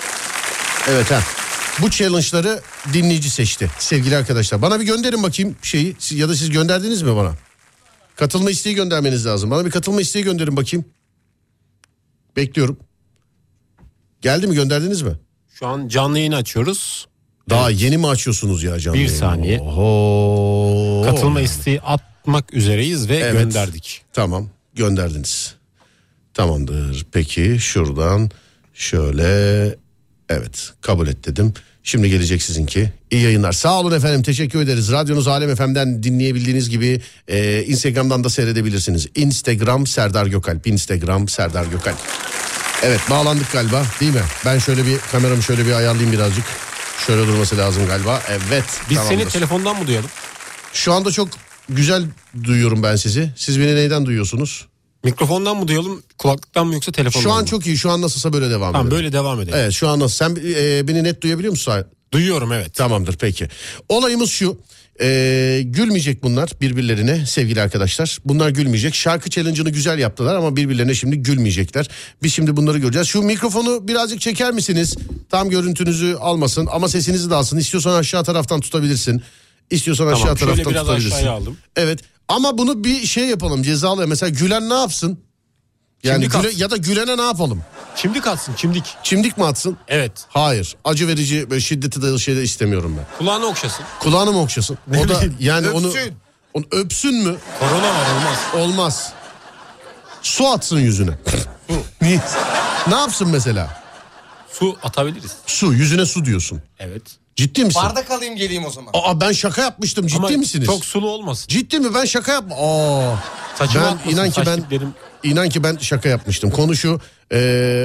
Evet ha. Bu challenge'ları dinleyici seçti sevgili arkadaşlar. Bana bir gönderin bakayım şeyi, ya da siz gönderdiniz mi bana? Katılma isteği göndermeniz lazım. Bana bir katılma isteği gönderin bakayım. Bekliyorum. Geldi mi, gönderdiniz mi? Şu an canlı yayını açıyoruz. Daha evet. Yeni mi açıyorsunuz ya canlı Bir yayını? saniye. Oho. Katılma isteği atmak üzereyiz ve evet. Gönderdik. Tamam, gönderdiniz. Tamamdır. Peki şuradan şöyle... Evet, kabul et dedim. Şimdi gelecek sizinki. İyi yayınlar. Sağ olun efendim, teşekkür ederiz. Radyonuz Alem F M'den dinleyebildiğiniz gibi e, Instagram'dan da seyredebilirsiniz. Instagram Serdar Gökalp. Instagram Serdar Gökalp. Evet, bağlandık galiba değil mi? Ben şöyle bir kameramı şöyle bir ayarlayayım birazcık. Şöyle durması lazım galiba. Evet. Biz tamamdır. seni telefondan mı duyalım? Şu anda çok güzel duyuyorum ben sizi. Siz beni neyden duyuyorsunuz? Mikrofondan mı duyalım, kulaklıktan mı yoksa telefondan mı? Şu an mı? çok iyi. Şu an nasılsa böyle devam edelim. Tamam, böyle devam edelim. Evet, şu an nasıl? Sen e, beni net duyabiliyor musun? Duyuyorum, evet. Tamamdır, peki. Olayımız şu. E, gülmeyecek bunlar birbirlerine sevgili arkadaşlar. Bunlar gülmeyecek. Şarkı challenge'ını güzel yaptılar ama birbirlerine şimdi gülmeyecekler. Biz şimdi bunları göreceğiz. Şu mikrofonu birazcık çeker misiniz? Tam görüntünüzü almasın ama sesinizi de alsın. İstiyorsan aşağı taraftan tutabilirsin. İstiyorsan tamam, aşağı taraftan biraz tutabilirsin. Aşağıya aldım. Evet, ama bunu bir şey yapalım, cezalı. Mesela gülen ne yapsın? Yani güle, ya da gülene ne yapalım? Çimdik atsın, çimdik. Çimdik mi atsın? Evet. Hayır. Acı verici böyle şiddeti dayalı şey de istemiyorum ben. Kulağını okşasın. Kulağını mı okşasın? Ne o da bileyim. yani Öpsün. onu onu öpsün mü? Korona var, olmaz. Olmaz. Su atsın yüzüne. Niye? Ne yapsın mesela? Su atabiliriz. Su, yüzüne su diyorsun. Evet. Ciddi misin? Bardak alayım geleyim o zaman. Aa, ben şaka yapmıştım. Ciddi Ama misiniz? çok sulu olmasın. Ciddi mi? Ben şaka yapma. Aa. Saçıma Ben atmasın, inan ki ben diplerim... inan ki ben şaka yapmıştım. Konu şu. E,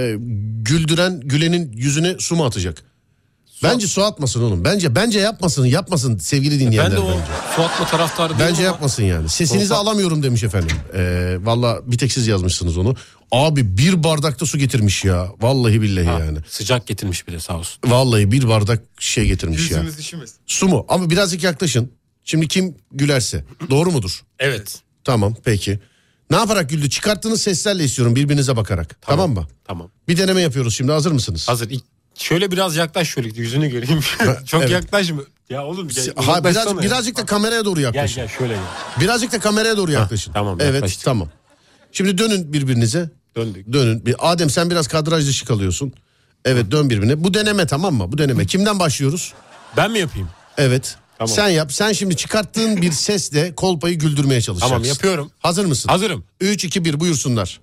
güldüren gülenin yüzüne su mu atacak? Su bence at... su atmasın oğlum. Bence bence yapmasın. Yapmasın sevgili dinleyenler. Ben de o bence. su atma taraftarı değilim. Bence ama... yapmasın yani. Sesinizi Soğuk... alamıyorum demiş efendim. Ee, Valla bir tek siz yazmışsınız onu. Abi bir bardakta su getirmiş ya. Vallahi billahi ha, yani. Sıcak getirmiş bir de sağ olsun. Vallahi bir bardak şey getirmiş Yüzümüz, ya. Yüzümüz işimiz. Su mu? Ama birazcık yaklaşın. Şimdi kim gülerse. Doğru mudur? Evet. Tamam, peki. Ne yaparak güldü? Çıkarttığınız seslerle istiyorum, birbirinize bakarak. Tamam, tamam mı? Tamam. Bir deneme yapıyoruz şimdi. Hazır mısınız? Hazır. Şöyle biraz yaklaş, şöyle yüzünü göreyim. Çok evet. Yaklaşma. Ya oğlum gel, ha, biraz, birazcık da kameraya doğru yaklaşın. Gel gel şöyle gel. Birazcık da kameraya doğru yaklaşın. Ha, tamam. Evet, yaklaştık. tamam. Şimdi dönün birbirinize. Döndük. Dönün. Bir Adem, sen biraz kadraj dışı kalıyorsun. Evet, dön birbirine. Bu deneme, tamam mı? Bu deneme. Kimden başlıyoruz? Ben mi yapayım? Evet. Tamam. Sen yap. Sen şimdi çıkarttığın bir sesle Kolpa'yı güldürmeye çalışacaksın. Tamam, yapıyorum. Hazır mısın? Hazırım. üç iki bir buyursunlar.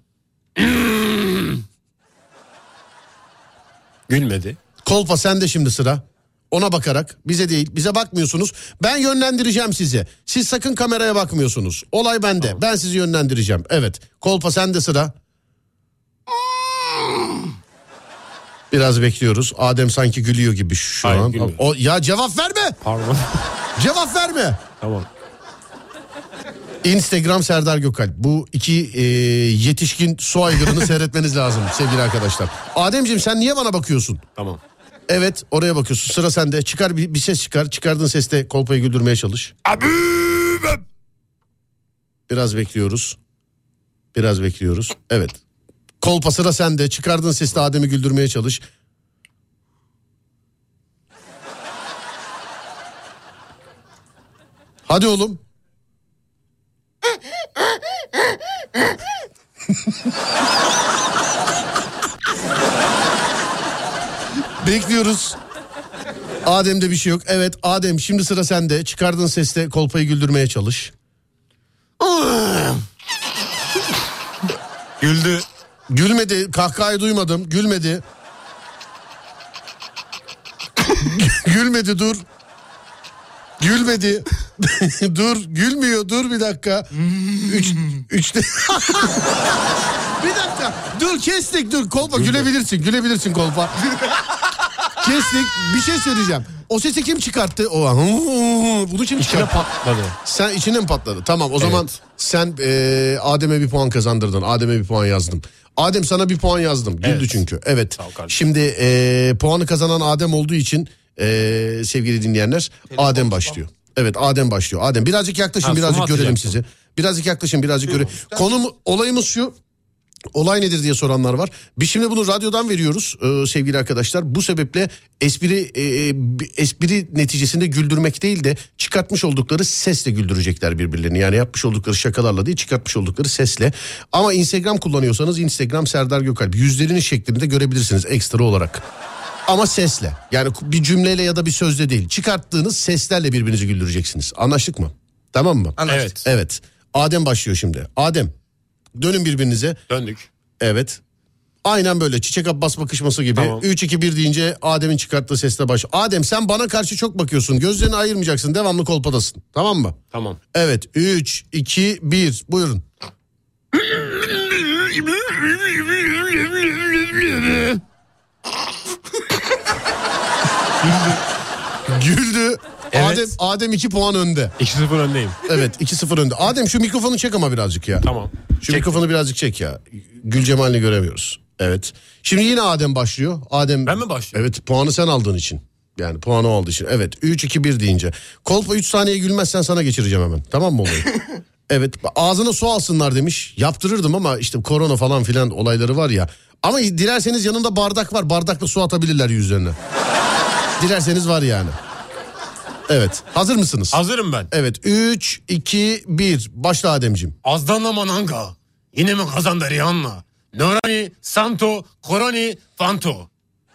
Gülmedi. Kolpa sende şimdi sıra. Ona bakarak, bize değil, bize bakmıyorsunuz. Ben yönlendireceğim sizi. Siz sakın kameraya bakmıyorsunuz. Olay bende. Tamam. Ben sizi yönlendireceğim. Evet. Kolpa sende sıra. Biraz bekliyoruz. Adem sanki gülüyor gibi şu Hayır, an. gülmüyor. O, ya cevap verme. Pardon. Cevap verme. Tamam. Instagram Serdar Gökalp. Bu iki e, yetişkin su aygırını seyretmeniz lazım sevgili arkadaşlar. Ademciğim sen niye bana bakıyorsun? Tamam. Evet, oraya bakıyorsun. Sıra sende. Çıkar bir, bir ses çıkar. Çıkardığın seste kolpayı güldürmeye çalış. Abi. Biraz bekliyoruz. Biraz bekliyoruz. Evet. Kolpa sıra sende. Çıkardığın seste Adem'i güldürmeye çalış. Hadi oğlum. Bekliyoruz. Adem'de bir şey yok. Evet Adem, şimdi sıra sende. Çıkardığın sesle kolpayı güldürmeye çalış. Güldü. Gülmedi. Kahkahayı duymadım. Gülmedi. Gülmedi, dur. Gülmedi. Dur, gülmüyor. Dur bir dakika. Üç, üçte... Bir dakika. Dur, kestik, dur. Kolpa, gülebilirsin. Gülebilirsin kolpa. Kestik. Bir şey söyleyeceğim. O sesi kim çıkarttı? O bunu kim İçine çıkarttı? patladı. Sen içine mi patladı? Tamam, o zaman Evet. sen e, Adem'e bir puan kazandırdın. Adem'e bir puan yazdım. Adem, sana bir puan yazdım. Güldü Evet. çünkü. Evet. Sağ ol kardeşim. Şimdi e, puanı kazanan Adem olduğu için e, sevgili dinleyenler, Adem başlıyor. Evet, Adem başlıyor. Adem birazcık yaklaşın, Ha, birazcık sumu görelim atacaktım. sizi. Birazcık yaklaşın, birazcık görelim. Konum, olayımız şu. Olay nedir diye soranlar var. Biz şimdi bunu radyodan veriyoruz e, sevgili arkadaşlar. Bu sebeple espri e, espri neticesinde güldürmek değil de çıkartmış oldukları sesle güldürecekler birbirlerini. Yani yapmış oldukları şakalarla değil, çıkartmış oldukları sesle. Ama Instagram kullanıyorsanız Instagram Serdar Gökalp yüzlerini şeklinde görebilirsiniz ekstra olarak. Ama sesle, yani bir cümleyle ya da bir sözle değil, çıkarttığınız seslerle birbirinizi güldüreceksiniz. Anlaştık mı? Tamam mı? Anlaştık. Evet. Evet. Adem başlıyor şimdi. Adem, dönün birbirinize. Döndük. Evet. Aynen böyle Çiçek Abbas bakışması gibi. Tamam. üç iki bir deyince Adem'in çıkarttığı sesle baş. Adem, sen bana karşı çok bakıyorsun. Gözlerini ayırmayacaksın. Devamlı kolpadasın. Tamam mı? Tamam. Evet. üç iki bir buyurun. Güldü. Evet. Adem Adem iki puan önde. iki sıfır öndeyim. Evet, iki sıfır önde. Adem, şu mikrofonu çek ama birazcık ya. Tamam. Şu Çek. mikrofonu birazcık çek ya. Gül cemalini göremiyoruz. Evet. Şimdi yine Adem başlıyor. Adem. Ben mi başlıyorum? Evet, puanı sen aldığın için. Yani puanı o aldığı için. Evet, üç iki bir deyince. Kolpa üç saniye gülmezsen sana geçireceğim hemen. Tamam mı olayı? Evet, ağzına su alsınlar demiş. Yaptırırdım ama işte korona falan filan olayları var ya. Ama dilerseniz yanında bardak var. Bardakla su atabilirler yüzlerine. Dilerseniz var yani. Evet, hazır mısınız? Hazırım ben. Evet, üç iki bir başla Ademciğim. Azdanla mananga. Yine mi kazandı Rihanna? Norani, Santo, Koroni, Fanto.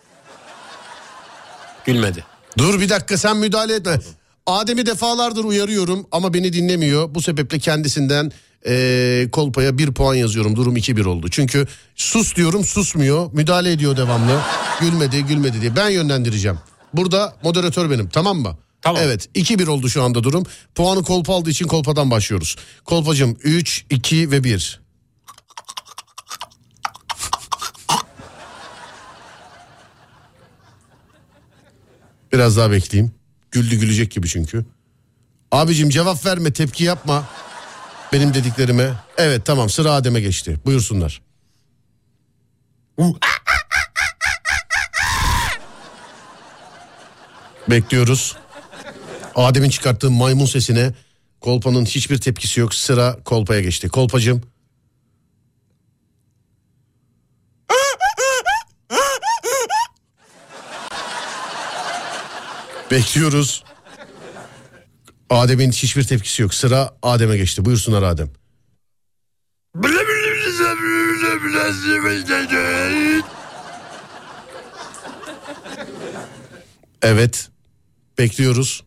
Gülmedi. Dur bir dakika, sen müdahale etme. Adem'i defalardır uyarıyorum ama beni dinlemiyor. Bu sebeple kendisinden ee, kolpaya bir puan yazıyorum. Durum iki bir oldu. Çünkü sus diyorum, susmuyor. Müdahale ediyor devamlı. Gülmedi gülmedi diye. Ben yönlendireceğim. Burada moderatör benim, tamam mı? Tamam. Evet, iki bir oldu şu anda durum. Puanı kolpa aldığı için kolpadan başlıyoruz. Kolpacığım üç iki ve bir. Biraz daha bekleyeyim. Güldü, gülecek gibi çünkü. Abicim cevap verme, tepki yapma benim dediklerime. Evet tamam, sıra Adem'e geçti. Buyursunlar. Bekliyoruz. Adem'in çıkarttığı maymun sesine kolpanın hiçbir tepkisi yok. Sıra kolpaya geçti. Kolpacığım. Bekliyoruz. Adem'in hiçbir tepkisi yok. Sıra Adem'e geçti. Buyursunlar Adem. Evet. Bekliyoruz.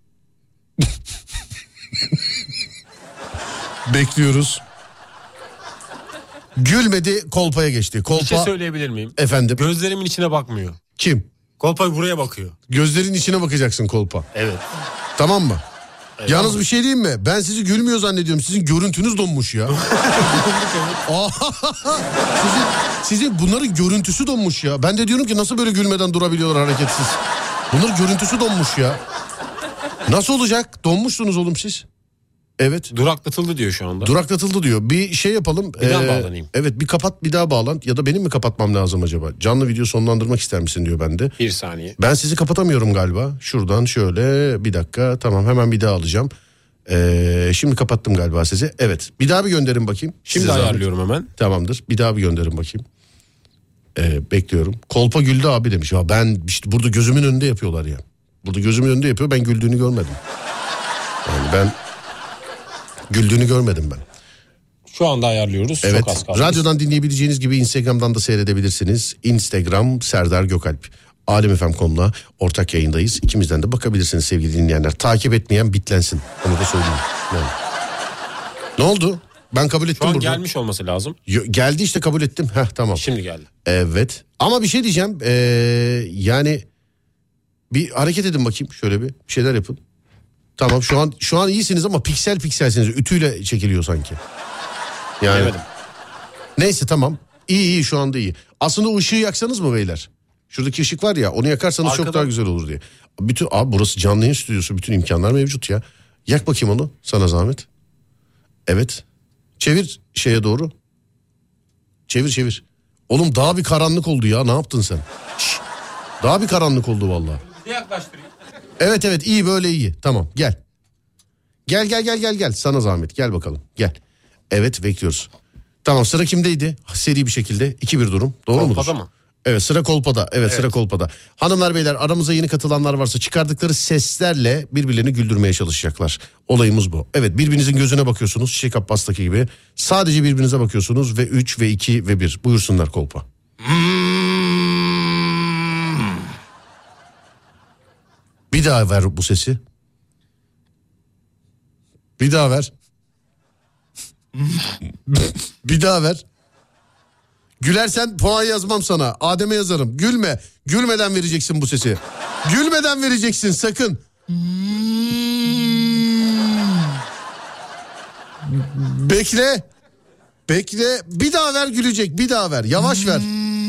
Bekliyoruz. Gülmedi, kolpaya geçti. Kolpa... Bir şey söyleyebilir miyim? Efendim? Gözlerimin içine bakmıyor. Kim? Kolpa buraya bakıyor. Gözlerin içine bakacaksın kolpa. Evet. Tamam mı? Evet. Yalnız bir şey diyeyim mi? Ben sizi gülmüyor zannediyorum. Sizin görüntünüz donmuş ya. Aa, sizin, sizin bunların görüntüsü donmuş ya. Ben de diyorum ki nasıl böyle gülmeden durabiliyorlar hareketsiz. Bunların görüntüsü donmuş ya. Nasıl olacak? Donmuşsunuz oğlum siz. Evet. Duraklatıldı diyor şu anda. Duraklatıldı diyor. Bir şey yapalım. Bir daha bağlanayım. Evet, bir kapat, bir daha bağlan. Ya da benim mi kapatmam lazım acaba? Canlı video sonlandırmak ister misin diyor bende. Bir saniye. Ben sizi kapatamıyorum galiba. Şuradan şöyle bir dakika. Tamam, hemen bir daha alacağım. Ee, şimdi kapattım galiba sizi. Evet. Bir daha bir gönderin bakayım. Şimdi Size ayarlıyorum zahmet. hemen. Tamamdır. Bir daha bir gönderin bakayım. Ee, bekliyorum. Kolpa güldü abi demiş. Ya ben işte burada gözümün önünde yapıyorlar ya. Burada gözümün önünde yapıyor. Ben güldüğünü görmedim. Yani ben güldüğünü görmedim ben. Şu anda ayarlıyoruz. Evet. Çok az kaldı. Radyodan dinleyebileceğiniz gibi Instagram'dan da seyredebilirsiniz. Instagram Serdar Gökalp. Alem F M nokta com'la ortak yayındayız. İkimizden de bakabilirsiniz sevgili dinleyenler. Takip etmeyen bitlensin. Onu da söyleyeyim. Yani. Ne oldu? Ben kabul ettim Şu an burada. gelmiş olması lazım. Yo, geldi işte, kabul ettim. Heh, tamam. Şimdi geldi. Evet. Ama bir şey diyeceğim. Ee, yani bir hareket edin bakayım. Şöyle bir, bir şeyler yapın. Tamam, şu an şu an iyisiniz ama piksel pikselsiniz. Ütüyle çekiliyor sanki. Yani. Bilemedim. Neyse tamam. İyi iyi, şu anda iyi. Aslında o ışığı yaksanız mı beyler? Şuradaki ışık var ya, onu yakarsanız Arkadan... çok daha güzel olur diye. Bütün abi burası canlı yayın stüdyosu, bütün imkanlar mevcut ya. Yak bakayım onu, sana zahmet. Evet. Çevir şeye doğru. Çevir çevir. Oğlum daha bir karanlık oldu ya, ne yaptın sen? Şş, daha bir karanlık oldu vallahi. Yaklaştırayım. Evet evet, iyi böyle iyi. Tamam, gel. Gel gel gel gel gel. Sana zahmet, gel bakalım. Gel. Evet, bekliyoruz. Tamam, sıra kimdeydi? Seri bir şekilde iki bir durum. Doğru mudur? Kolpada mı? Evet, sıra Kolpa'da. Evet, Evet, sıra Kolpa'da. Hanımlar beyler, aramıza yeni katılanlar varsa çıkardıkları seslerle birbirlerini güldürmeye çalışacaklar. Olayımız bu. Evet, birbirinizin gözüne bakıyorsunuz. Çiçek Abbas'taki gibi. Sadece birbirinize bakıyorsunuz ve üç ve iki ve bir. Buyursunlar Kolpa. Bir daha ver bu sesi. Bir daha ver. Bir daha ver. Gülersen puan yazmam sana. Adem'e yazarım. Gülme. Gülmeden vereceksin bu sesi. Gülmeden vereceksin sakın. Bekle. Bekle. Bir daha ver, gülecek. Bir daha ver. Yavaş ver.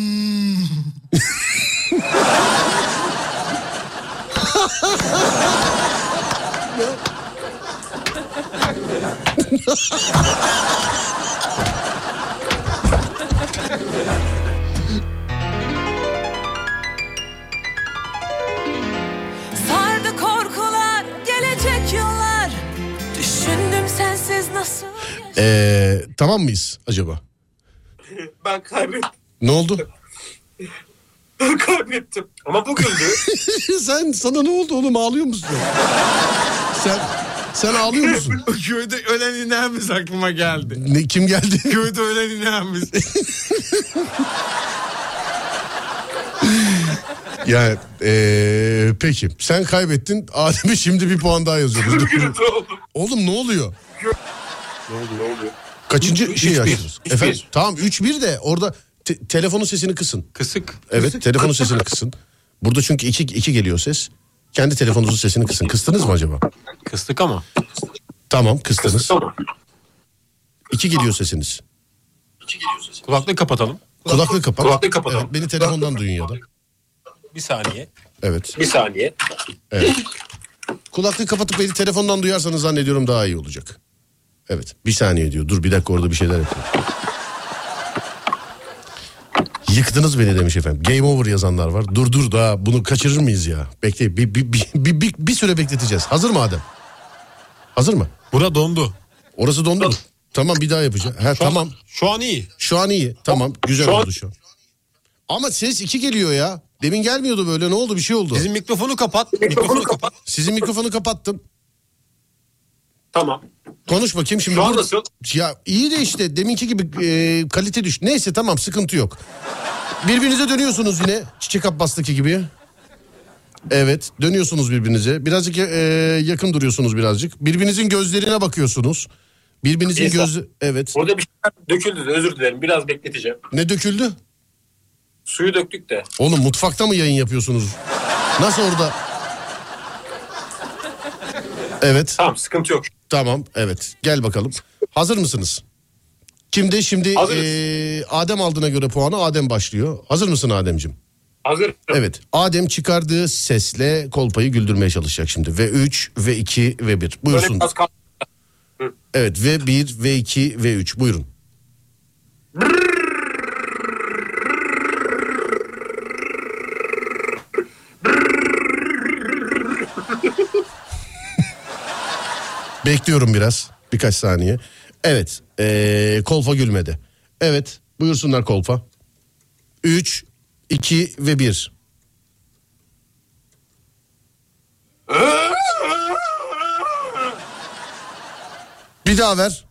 Sardı korkular, gelecek yıllar. Düşündüm sensiz nasıl. Ee, tamam mıyız acaba? Ben kaybettim. Ne oldu? Ben kaybettim. Ama bu güldü. Sen, sana ne oldu oğlum, ağlıyor musun? Sen sen ağlıyor musun? Köyde ölen inemiz aklıma geldi. Ne, kim geldi? Köyde ölen inemiz. Yani ee, peki sen kaybettin, Adem'e şimdi bir puan daha yazıyoruz. Oğlum ne oluyor? Ne oldu ne oluyor? Kaçıncı Üç- şeyi üç bir. açtınız? Üç Efendim? bir. Tamam, üç bir de orada te- telefonun sesini kısın. Kısık. Evet, Kısık. telefonun sesini kısın. Burada çünkü iki, iki geliyor ses. Kendi telefonunuzun sesini kısın. Kıstınız mı acaba? Kıstık ama. Tamam, kıstınız. Tamam. İki geliyor sesiniz. Kulaklığı kapatalım. Kulaklığı kapat. Kulaklığı kapatalım. Evet, beni telefondan duyun ya da. Bir saniye. Evet. Bir saniye. Evet. Kulaklığı kapatıp beni telefondan duyarsanız zannediyorum daha iyi olacak. Evet. Bir saniye diyor. Dur bir dakika, orada bir şeyler yapıyor. Yıktınız beni demiş efendim. Game over yazanlar var. Dur dur, daha bunu kaçırır mıyız ya? Bekle, bir, bir, bir, bir, bir, bir süre bekleteceğiz. Hazır mı Adem? Hazır mı? Bura dondu. Orası dondu mu? Tamam, bir daha yapacağım. Ha, Şu tamam. An, şu an iyi. Şu an iyi. Tamam, güzel Şu an- oldu şu an. Ama ses iki geliyor ya. Demin gelmiyordu böyle. Ne oldu? Bir şey oldu. Sizin mikrofonu kapat. Mikrofonu kapat. Sizin mikrofonu kapattım. Tamam. Konuş bakayım şimdi. Şu an burada- nasıl? Ya iyi de işte deminki gibi e, kalite düştü. Neyse tamam, sıkıntı yok. Birbirinize dönüyorsunuz yine. Çiçek Abbas'taki gibi. Evet, dönüyorsunuz birbirinize. Birazcık e, yakın duruyorsunuz birazcık. Birbirinizin gözlerine bakıyorsunuz. Birbirinizin İnsan. gözü... Evet. Orada bir şeyler döküldü de özür dilerim. Biraz bekleteceğim. Ne döküldü? Suyu döktük de. Oğlum mutfakta mı yayın yapıyorsunuz? Nasıl orada? Evet. Tamam, sıkıntı yok. Tamam, evet. Gel bakalım. Hazır mısınız? Kimde şimdi Hazırız. e, Adem aldığına göre puanı Adem başlıyor. Hazır mısın Ademciğim? Hazır. Evet. Adem çıkardığı sesle kolpayı güldürmeye çalışacak şimdi. Ve üç, ve iki, ve bir. Buyursun. Evet. Ve bir, ve iki, ve üç. Buyurun. Bekliyorum biraz. Birkaç saniye. Evet. Ee, kolpa gülmedi. Evet. Buyursunlar kolpa. üç, iki ve bir. Bir daha ver.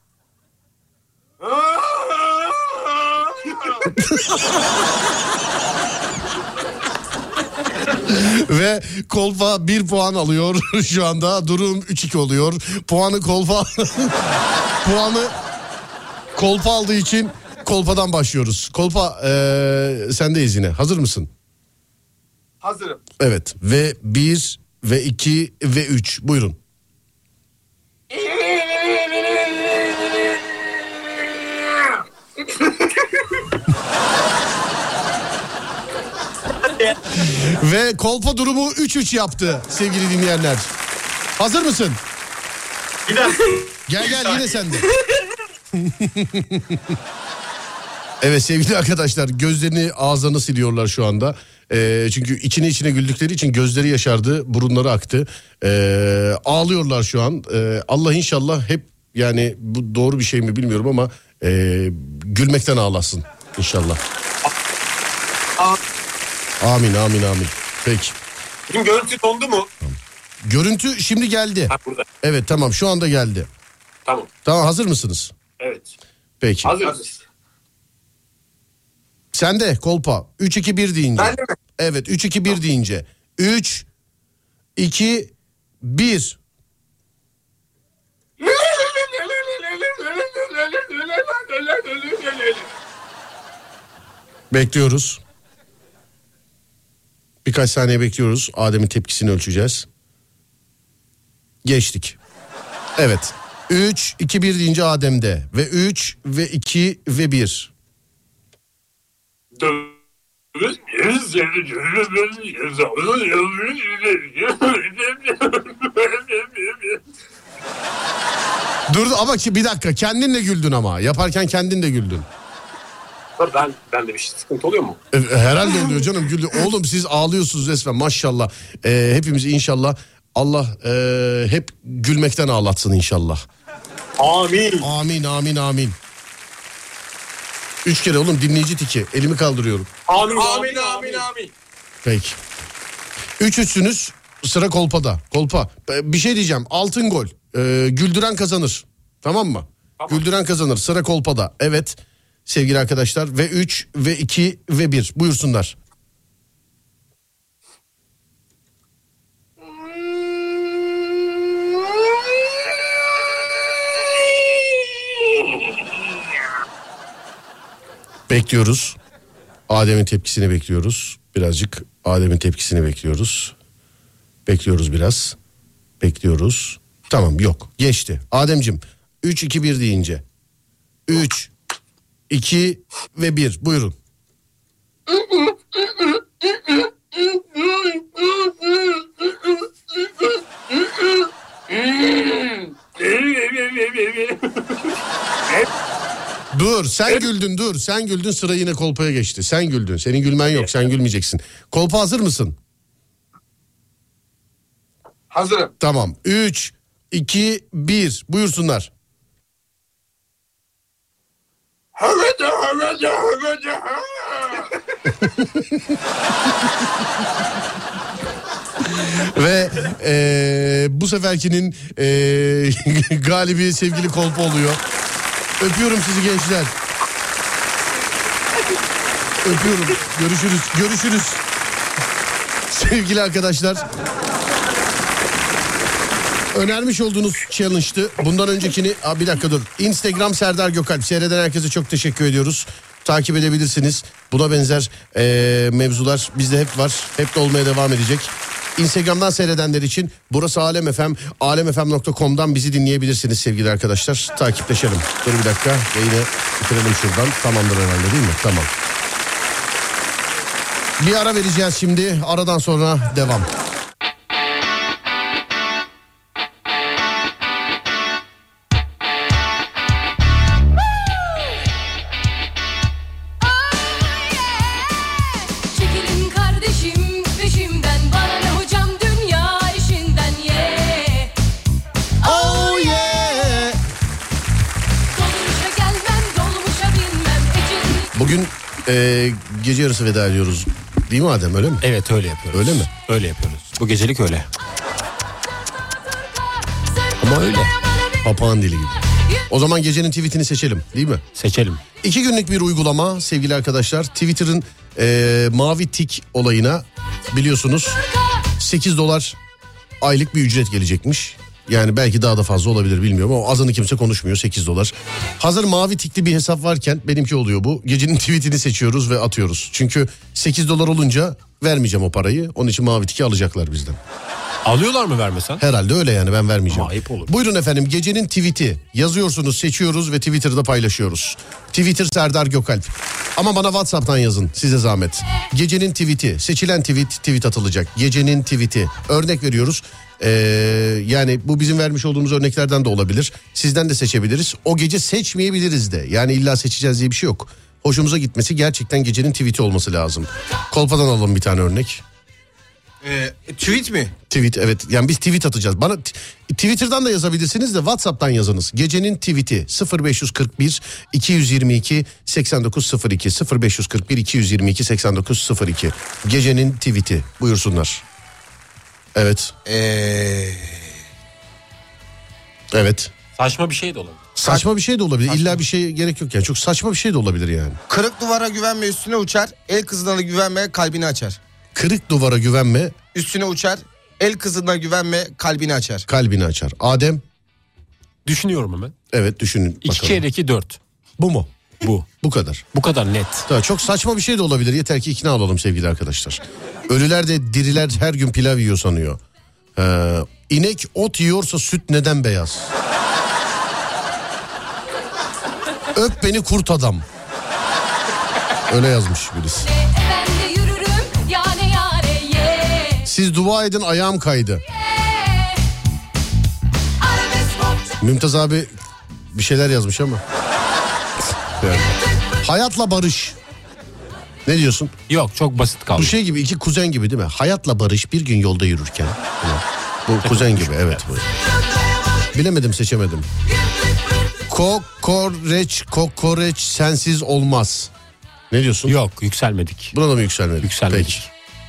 Ve kolpa bir puan alıyor. Şu anda durum üç iki oluyor. Puanı kolpa puanı kolpa aldığı için kolpadan başlıyoruz. Kolpa ee, sendeyiz yine. Hazır mısın? Hazırım. Evet. Ve bir, ve iki, ve üç. Buyurun. Ve kolpa durumu üç üç yaptı sevgili dinleyenler. Hazır mısın? Bir dakika. Gel gel yine sende. Evet sevgili arkadaşlar, gözlerini ağızlarını siliyorlar şu anda. Ee, çünkü içine içine güldükleri için gözleri yaşardı, burunları aktı. Ee, ağlıyorlar şu an. Ee, Allah inşallah hep, yani bu doğru bir şey mi bilmiyorum ama e, gülmekten ağlasın inşallah. Amin amin amin. Peki. Benim görüntü dondu mu? Görüntü şimdi geldi. Ha, burada. Evet tamam, şu anda geldi. Tamam. Tamam, hazır mısınız? Evet. Peki. Hazırız. Sen de kolpa. üç iki bir deyince. Ben de mi? Evet, üç iki bir deyince. üç iki bir. Bekliyoruz. Birkaç saniye bekliyoruz. Adem'in tepkisini ölçeceğiz. Geçtik. Evet. üç iki bir deyince Adem'de. Ve üç ve iki ve bir. Dur ama ki bir dakika, kendin de güldün ama. Yaparken kendin de güldün. Ben, ben de bir şey sıkıntı oluyor mu? E, herhalde oluyor canım. Güldü. Oğlum siz ağlıyorsunuz resmen maşallah. E, hepimiz inşallah Allah e, hep gülmekten ağlatsın inşallah. Amin. Amin amin amin. Üç kere oğlum, dinleyici tiki. Elimi kaldırıyorum. Amin amin amin amin. Peki. Üç üçsünüz, sıra kolpada. Kolpa. Bir şey diyeceğim. Altın gol. Ee, güldüren kazanır. Tamam mı? Tamam. Güldüren kazanır. Sıra kolpada. Evet. Sevgili arkadaşlar. Ve üç ve iki ve bir. Buyursunlar. Bekliyoruz. Adem'in tepkisini bekliyoruz. Birazcık Adem'in tepkisini bekliyoruz. Bekliyoruz biraz. Bekliyoruz. Tamam, yok. Geçti. Adem'cim üç iki bir deyince. üç iki ve bir. Buyurun. Dur, sen güldün, dur. Sen güldün, sıra yine kolpaya geçti. Sen güldün. Senin gülmen yok. Sen gülmeyeceksin. Kolpa hazır mısın? Hazırım. Tamam. üç iki bir. Buyursunlar. Havada havada havada. Ve e, bu seferkinin e, galibi sevgili kolpa oluyor. Öpüyorum sizi gençler. Öpüyorum. Görüşürüz. Görüşürüz. Sevgili arkadaşlar. Önermiş olduğunuz challenge'tı. Bundan öncekini... Aa, bir dakika dur. Instagram Serdar Gökalp. Seyreden herkese çok teşekkür ediyoruz. Takip edebilirsiniz. Buna benzer e, mevzular bizde hep var. Hep de olmaya devam edecek. Instagram'dan seyredenler için burası Alem F M. alem f m nokta com'dan bizi dinleyebilirsiniz sevgili arkadaşlar. Takipleşelim. Dur bir dakika. Yayını bitirelim şuradan. Tamamdır herhalde değil mi? Tamam. Bir ara vereceğiz şimdi. Aradan sonra devam. Çekilin kardeşim peşimden, bana ne hocam dünya işinden ye. Oh yeah. Dolmuşa gelmem, dolmuşa binmem. Ecel Bugün e, gece yarısı veda ediyoruz. Değil mi Adem, öyle mi? Evet, öyle yapıyoruz. Öyle mi? Öyle yapıyoruz. Bu gecelik öyle. Ama öyle. Papağan dili gibi. O zaman gecenin tweetini seçelim, değil mi? Seçelim. İki günlük bir uygulama sevgili arkadaşlar. Twitter'ın e, mavi tik olayına biliyorsunuz sekiz dolar aylık bir ücret gelecekmiş. Yani belki daha da fazla olabilir, bilmiyorum ama azını kimse konuşmuyor, sekiz dolar. Hazır mavi tikli bir hesap varken benimki oluyor bu. Gecenin tweetini seçiyoruz ve atıyoruz. Çünkü sekiz dolar olunca vermeyeceğim o parayı. Onun için mavi tiki alacaklar bizden. Alıyorlar mı vermesen? Herhalde öyle yani, ben vermeyeceğim. Ama ayıp olur. Buyurun efendim, gecenin tweet'i yazıyorsunuz, seçiyoruz ve Twitter'da paylaşıyoruz. Twitter Serdar Gökalp. Ama bana WhatsApp'tan yazın, size zahmet. Gecenin tweet'i, seçilen tweet tweet atılacak. Gecenin tweet'i. Örnek veriyoruz. Ee, yani bu bizim vermiş olduğumuz örneklerden de olabilir. Sizden de seçebiliriz. O gece seçmeyebiliriz de. Yani illa seçeceğiz diye bir şey yok. Hoşumuza gitmesi gerçekten gecenin tweet'i olması lazım. Kolpadan alalım bir tane örnek. Ee, tweet mi? Tweet, evet, yani biz tweet atacağız. Bana t- Twitter'dan da yazabilirsiniz de WhatsApp'tan yazınız. Gecenin tweet'i sıfır beş kırk bir iki yüz yirmi iki seksen dokuz sıfır iki sıfır beş kırk bir iki yüz yirmi iki seksen dokuz sıfır iki. Gecenin tweet'i, buyursunlar. Evet. Ee... Evet. Saçma bir şey de olabilir. Saçma bir şey de olabilir. İlla bir şey gerek yok yani. Çok saçma bir şey de olabilir yani. Kırık duvara güvenme, üstüne uçar. El kızına güvenme, kalbini açar. Kırık duvara güvenme, Üstüne uçar. El kızına güvenme, kalbini açar. kalbini açar. Adem? Düşünüyorum hemen. Evet, düşünün İki bakalım. kere iki dört. Bu mu? Bu. Bu kadar. Bu kadar net. Tabii, çok saçma bir şey de olabilir. Yeter ki ikna olalım sevgili arkadaşlar. Ölüler de diriler her gün pilav yiyor sanıyor. Ee, inek ot yiyorsa süt neden beyaz? Öp beni kurt adam. Öyle yazmış birisi. ben de yürürüm yane yane ye. Siz dua edin, ayağım kaydı. Mümtaz abi bir şeyler yazmış ama. Yani. Hayatla barış. Ne diyorsun? Yok, çok basit kaldı. Bu şey gibi, iki kuzen gibi değil mi? Hayatla barış bir gün yolda yürürken. Yani bu kuzen gibi, evet. Bu. Bilemedim, seçemedim. Kokoreç, kokoreç sensiz olmaz. Ne diyorsun? Yok, yükselmedik. Buna da mı yükselmedik? Yükselmedik. Peki.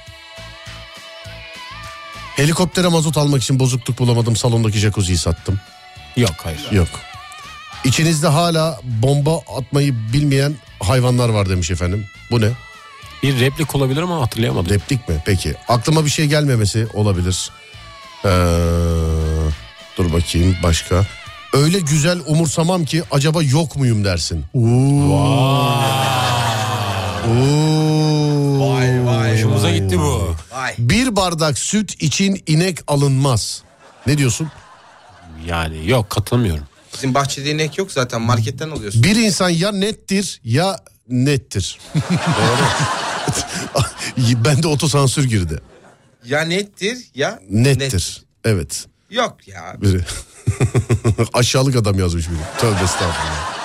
Helikoptere mazot almak için bozukluk bulamadım, salondaki jacuzziyi sattım. Yok, hayır. Yok. İçinizde hala bomba atmayı bilmeyen hayvanlar var demiş efendim. Bu ne? Bir replik olabilir ama hatırlayamadım. Replik mi? Peki. Aklıma bir şey gelmemesi olabilir. Ee, dur bakayım başka. Öyle güzel umursamam ki acaba yok muyum dersin. Oo. Vay vay. Hoşumuza gitti bu. Vay. Bir bardak süt için inek alınmaz. Ne diyorsun? Yani yok, katılmıyorum. Bizim bahçede inek yok zaten, marketten alıyorsun. Bir insan ya nettir ya nettir. Doğru. Bende otosansür girdi. Ya nettir ya Nettir. net. Evet. Yok ya. Biri. Aşağılık adam yazmış biri. Tövbe estağfurullah.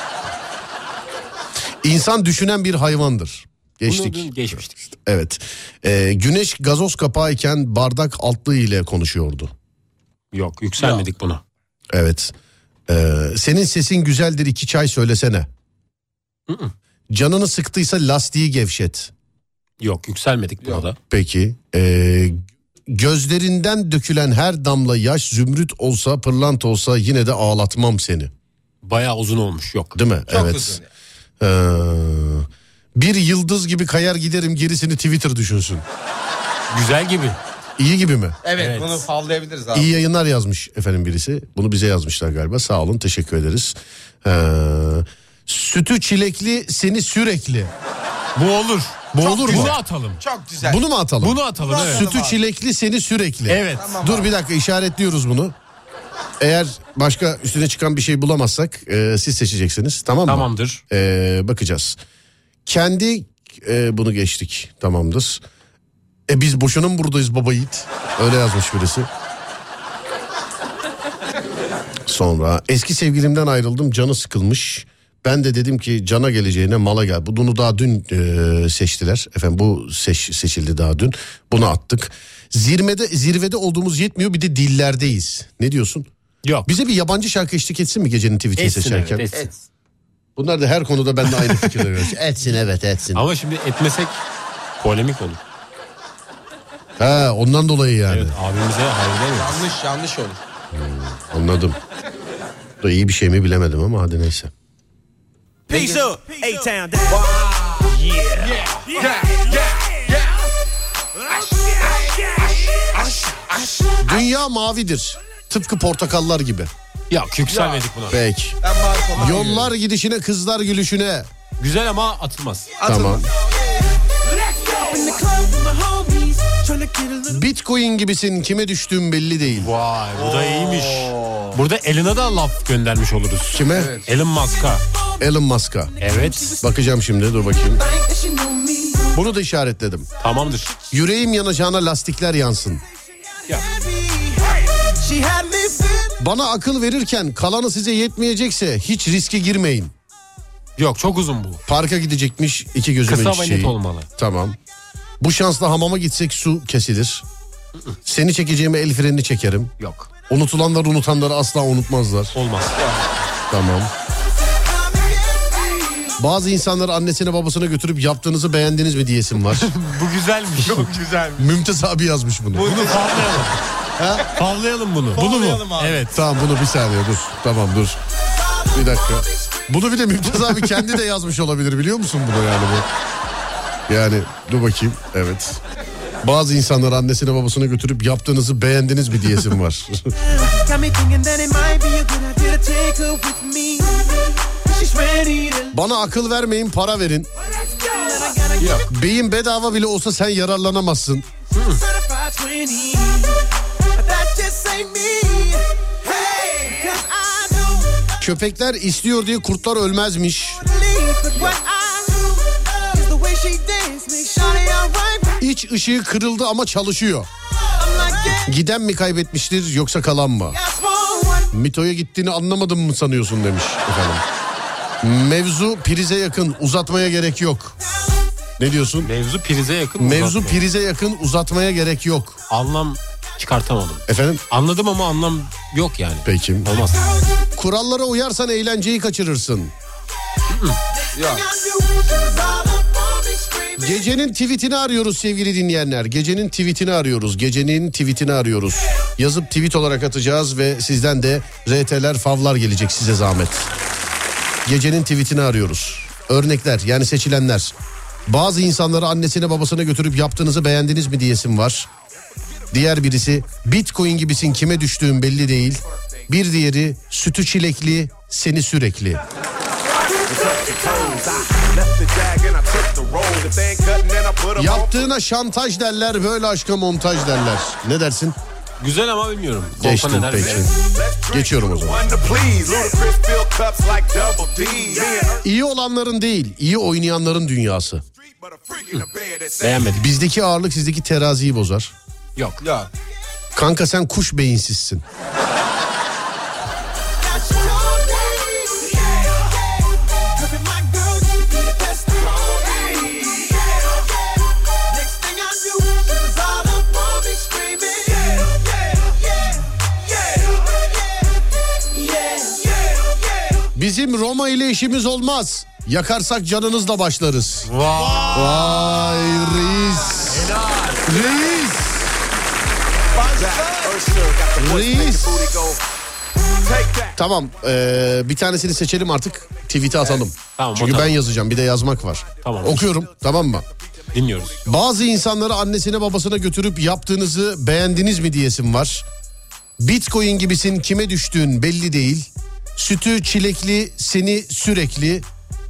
İnsan düşünen bir hayvandır. Geçtik. Bunu geçmiştik. Evet. Ee, güneş gazoz kapağı iken bardak altlığı ile konuşuyordu. Yok, yükselmedik ya. Buna. Evet. Ee, senin sesin güzeldir, iki çay söylesene. Hı-hı. Canını sıktıysa lastiği gevşet. Yok, yükselmedik buna da. Peki. Ee, gözlerinden dökülen her damla yaş zümrüt olsa, pırlanta olsa yine de ağlatmam seni. Bayağı uzun olmuş, yok. Değil mi? Çok evet. uzun. Ee, bir yıldız gibi kayar giderim, gerisini Twitter düşünsün. Güzel gibi. İyi gibi mi? Evet, Evet. bunu favlayabiliriz abi. İyi yayınlar yazmış efendim birisi. Bunu bize yazmışlar galiba. Sağ olun, teşekkür ederiz. Ee, sütü çilekli seni sürekli. Bu olur. Bu Çok olur mu? Bunu atalım. Çok güzel. Bunu mu atalım? Bunu atalım, evet. Sütü çilekli seni sürekli. Evet. Tamam Dur abi. bir dakika, işaretliyoruz bunu. Eğer başka üstüne çıkan bir şey bulamazsak e, siz seçeceksiniz, tamam mı? Tamamdır. E, bakacağız. Kendi e, bunu geçtik, tamamdır. E biz boşuna mı buradayız baba yiğit? Öyle yazmış birisi. Sonra eski sevgilimden ayrıldım, canı sıkılmış. Ben de dedim ki cana geleceğine mala gel. Bunu daha dün e, seçtiler. Efendim bu seç, seçildi daha dün. Bunu attık. Zirvede zirvede olduğumuz yetmiyor, bir de dillerdeyiz. Ne diyorsun? Yok. Bize bir yabancı şarkı eşlik etsin mi gecenin tweetini Etsin, seçerken? evet, etsin. Bunlar da her konuda benimle aynı fikirde veriyor. Etsin, evet etsin. Ama şimdi etmesek polemik olur. Ha, ondan dolayı yani. Evet, abimize hayır demiyoruz. Yanlış yanlış olur. Hmm, anladım. Bu da iyi bir şey mi bilemedim ama hadi neyse. Peace up, A-Town down. Yeah. Yeah. Yeah. Dünya mavidir. Tıpkı portakallar gibi. Yok, yükselmedik buna. Peki. Yollar gidişine, kızlar gülüşüne. Güzel ama atılmaz. Tamam. Bitcoin gibisin, kime düştüğüm belli değil. Vay, bu da iyiymiş. Burada Elon'a da laf göndermiş oluruz. Kime? Evet. Elon Musk'a. Elon Musk'a. Evet. Bakacağım şimdi, dur bakayım. Bunu da işaretledim. Tamamdır. Yüreğim yanacağına lastikler yansın. Ya. Bana akıl verirken kalanı size yetmeyecekse hiç riske girmeyin. Yok, çok uzun bu. Parka gidecekmiş, iki gözümün Kısa çiçeği. ve net olmalı. Tamam. Bu şansla hamama gitsek su kesilir. Seni çekeceğime el frenini çekerim. Yok. Unutulanlar unutanları asla unutmazlar. Olmaz. Tamam. Bazı insanlar annesine babasına götürüp yaptığınızı beğendiniz mi diyesim var. Bu güzelmiş. Çok güzel. Mümtaz abi yazmış bunu. Bunu favlayalım. Ha? Favlayalım bunu. Bunu mu? Abi. Evet. Tamam, bunu bir saniye dur. Tamam dur. Bir dakika. Bunu bir de Mümtaz abi kendi de yazmış olabilir, biliyor musun bunu yani bu? Yani dur bakayım. Evet. Bazı insanlar annesine babasına götürüp yaptığınızı beğendiniz mi diyesim var. Bana akıl vermeyin, para verin. Ya, beyin bedava bile olsa sen yararlanamazsın. Köpekler istiyor diye kurtlar ölmezmiş. İç ışığı kırıldı ama çalışıyor. Giden mi kaybetmiştir yoksa kalan mı? Mito'ya gittiğini anlamadın mı sanıyorsun demiş efendim. Mevzu prize yakın, uzatmaya gerek yok. Ne diyorsun? Mevzu prize yakın. Mevzu uzatma. prize yakın, uzatmaya gerek yok. Anlam çıkartamadım. Efendim? Anladım ama anlam yok yani. Peki. Olmaz. Kurallara uyarsan eğlenceyi kaçırırsın. Ya. Gecenin tweetini arıyoruz sevgili dinleyenler. Gecenin tweetini arıyoruz. Gecenin tweetini arıyoruz. Yazıp tweet olarak atacağız ve sizden de R T'ler, favlar gelecek size zahmet. Gecenin tweetini arıyoruz. Örnekler, yani seçilenler. Bazı insanları annesine babasına götürüp yaptığınızı beğendiniz mi diyesim var. Diğer birisi Bitcoin gibisin, kime düştüğün belli değil. Bir diğeri sütü çilekli, seni sürekli. Yaptığına şantaj derler, böyle aşka montaj derler. Ne dersin? Güzel ama bilmiyorum. Geçtim Kolpa ne der peki. bize? Geçiyorum o zaman. İyi olanların değil, iyi oynayanların dünyası. Beğenmedik. Bizdeki ağırlık sizdeki teraziyi bozar. Yok. Ya. Kanka sen kuş beyinsizsin. Bizim Roma ile işimiz olmaz. Yakarsak canınızla başlarız. Vay. Vay reis. Reis. Reis. Tamam, ee, bir tanesini seçelim artık, tweet'e atalım. Tamam, Çünkü atalım. ben yazacağım, bir de yazmak var. Tamam. Okuyorum, tamam mı? Dinliyoruz. Bazı insanları annesine babasına götürüp yaptığınızı beğendiniz mi diyesim var. Bitcoin gibisin, kime düştüğün belli değil. Sütü çilekli, seni sürekli.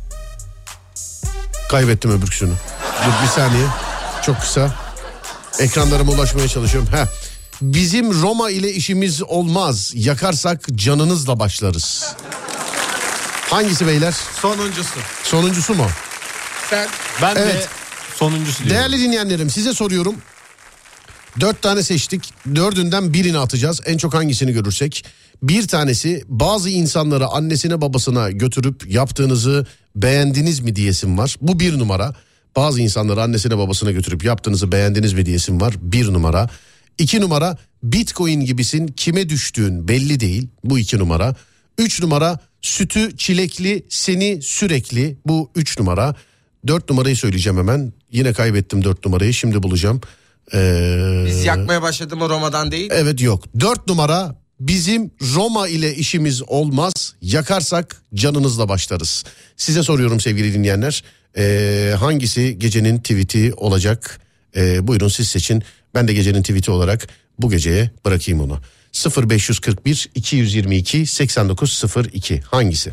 Kaybettim öbürküsünü. Dur bir saniye. Çok kısa. Ekranlarıma ulaşmaya çalışıyorum. Heh. Bizim Roma ile işimiz olmaz. Yakarsak canınızla başlarız. Hangisi beyler? Sonuncusu. Sonuncusu mu? Sen. Ben Evet. de sonuncusu diyorum. Değerli dinleyenlerim, size soruyorum. Dört tane seçtik. Dördünden birini atacağız. En çok hangisini görürsek. Bir tanesi, bazı insanları annesine babasına götürüp yaptığınızı beğendiniz mi diyesim var. Bu bir numara. Bazı insanları annesine babasına götürüp yaptığınızı beğendiniz mi diyesim var. Bir numara. İki numara, Bitcoin gibisin, kime düştüğün belli değil. Bu iki numara. Üç numara, sütü çilekli seni sürekli. Bu üç numara. Dört numarayı söyleyeceğim hemen. Yine kaybettim dört numarayı, şimdi bulacağım. Ee... Biz yakmaya başladı mı Roma'dan değil? Evet, yok. Dört numara, bizim Roma ile işimiz olmaz. Yakarsak canınızla başlarız. Size soruyorum sevgili dinleyenler. Ee, hangisi gecenin tweet'i olacak? Ee, buyurun siz seçin. Ben de gecenin tweet'i olarak bu geceye bırakayım onu. sıfır beş kırk bir iki yüz yirmi iki seksen dokuz sıfır iki hangisi?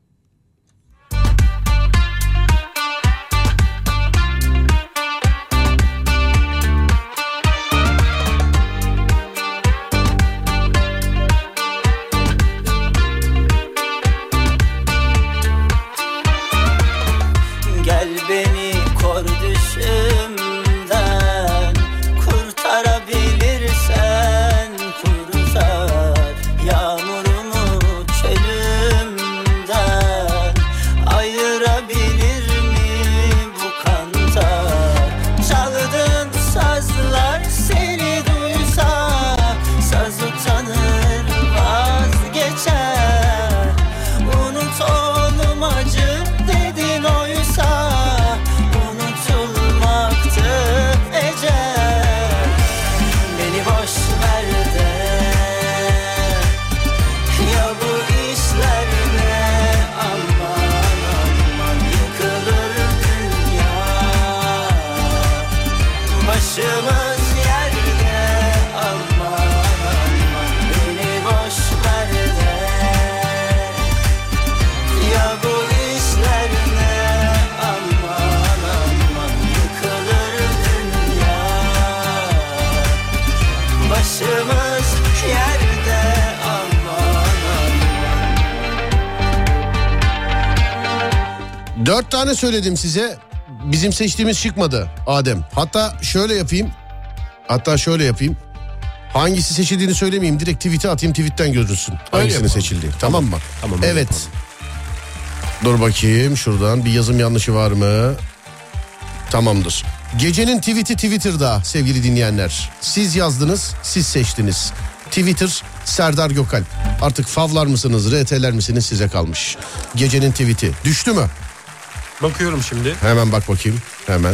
Gel beni kor düşümden, kurtarabilirsen kurtar. Yağmurumu çölümden ayırabilir mi bu kantar? Çaldığın sazlar seni duysa, saz utanır vazgeçer. Unut oğlum acı dedin oysa, unutulmaktı ecel. Beni boş ver de, ya bu işler ne? Aman aman yıkılır dünya. Başımız yerde, aman aman beni boş ver de, ya bu işler ne? Aman aman yıkılır dünya. Başımız yerde, aman aman. Dört tane söyledim size. Bizim seçtiğimiz çıkmadı Adem. Hatta şöyle yapayım. Hatta şöyle yapayım. Hangisi seçildiğini söylemeyeyim. Direkt tweet'e atayım, tweet'ten görürsün. Hangisini yapalım. seçildi. Tamam mı? Tamam, öyle evet. Dur bakayım şuradan bir yazım yanlışı var mı? Tamamdır. Gecenin tweet'i Twitter'da sevgili dinleyenler. Siz yazdınız, siz seçtiniz. Twitter Serdar Gökalp. Artık favlar mısınız, R T'ler misiniz size kalmış. Gecenin tweet'i düştü mü? Bakıyorum şimdi. Hemen bak bakayım. Hemen.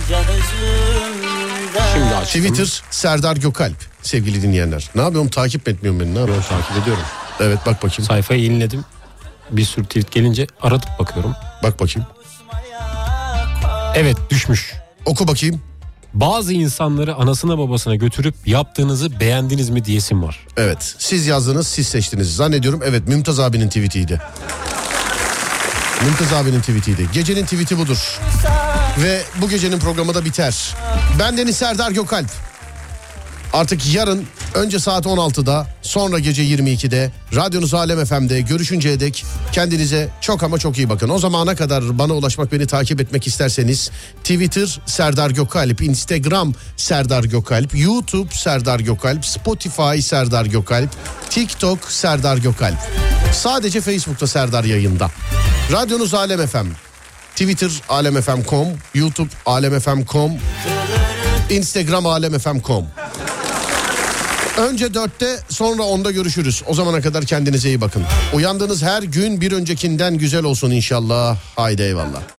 Şimdi açtım. Twitter Serdar Gökalp sevgili dinleyenler. Ne yapıyorum, takip mi etmiyorum beni? Ne yapıyorum? Takip ediyorum. Evet, bak bakayım. Sayfayı yeniledim. Bir sürü tweet gelince aratıp bakıyorum. Bak bakayım. Evet, düşmüş. Oku bakayım. Bazı insanları anasına babasına götürüp yaptığınızı beğendiniz mi diyesim var. Evet, siz yazdınız, siz seçtiniz. Zannediyorum evet, Mümtaz abinin tweetiydi. Mümtaz abinin tweetiydi. Gecenin tweeti budur. Ve bu gecenin programı da biter. Ben Deniz Serdar Gökalp. Artık yarın önce saat on altıda, sonra gece yirmi ikide radyonuz Alem F M'de görüşünceye dek kendinize çok ama çok iyi bakın. O zamana kadar bana ulaşmak, beni takip etmek isterseniz Twitter Serdar Gökalp, Instagram Serdar Gökalp, YouTube Serdar Gökalp, Spotify Serdar Gökalp, TikTok Serdar Gökalp. Sadece Facebook'ta Serdar yayında. Radyonuz Alem F M. Twitter alemfm nokta com, YouTube alemfm nokta com, Instagram alemfm nokta com. Önce dörtte, sonra onda görüşürüz. O zamana kadar kendinize iyi bakın. Uyandığınız her gün bir öncekinden güzel olsun inşallah. Haydi eyvallah.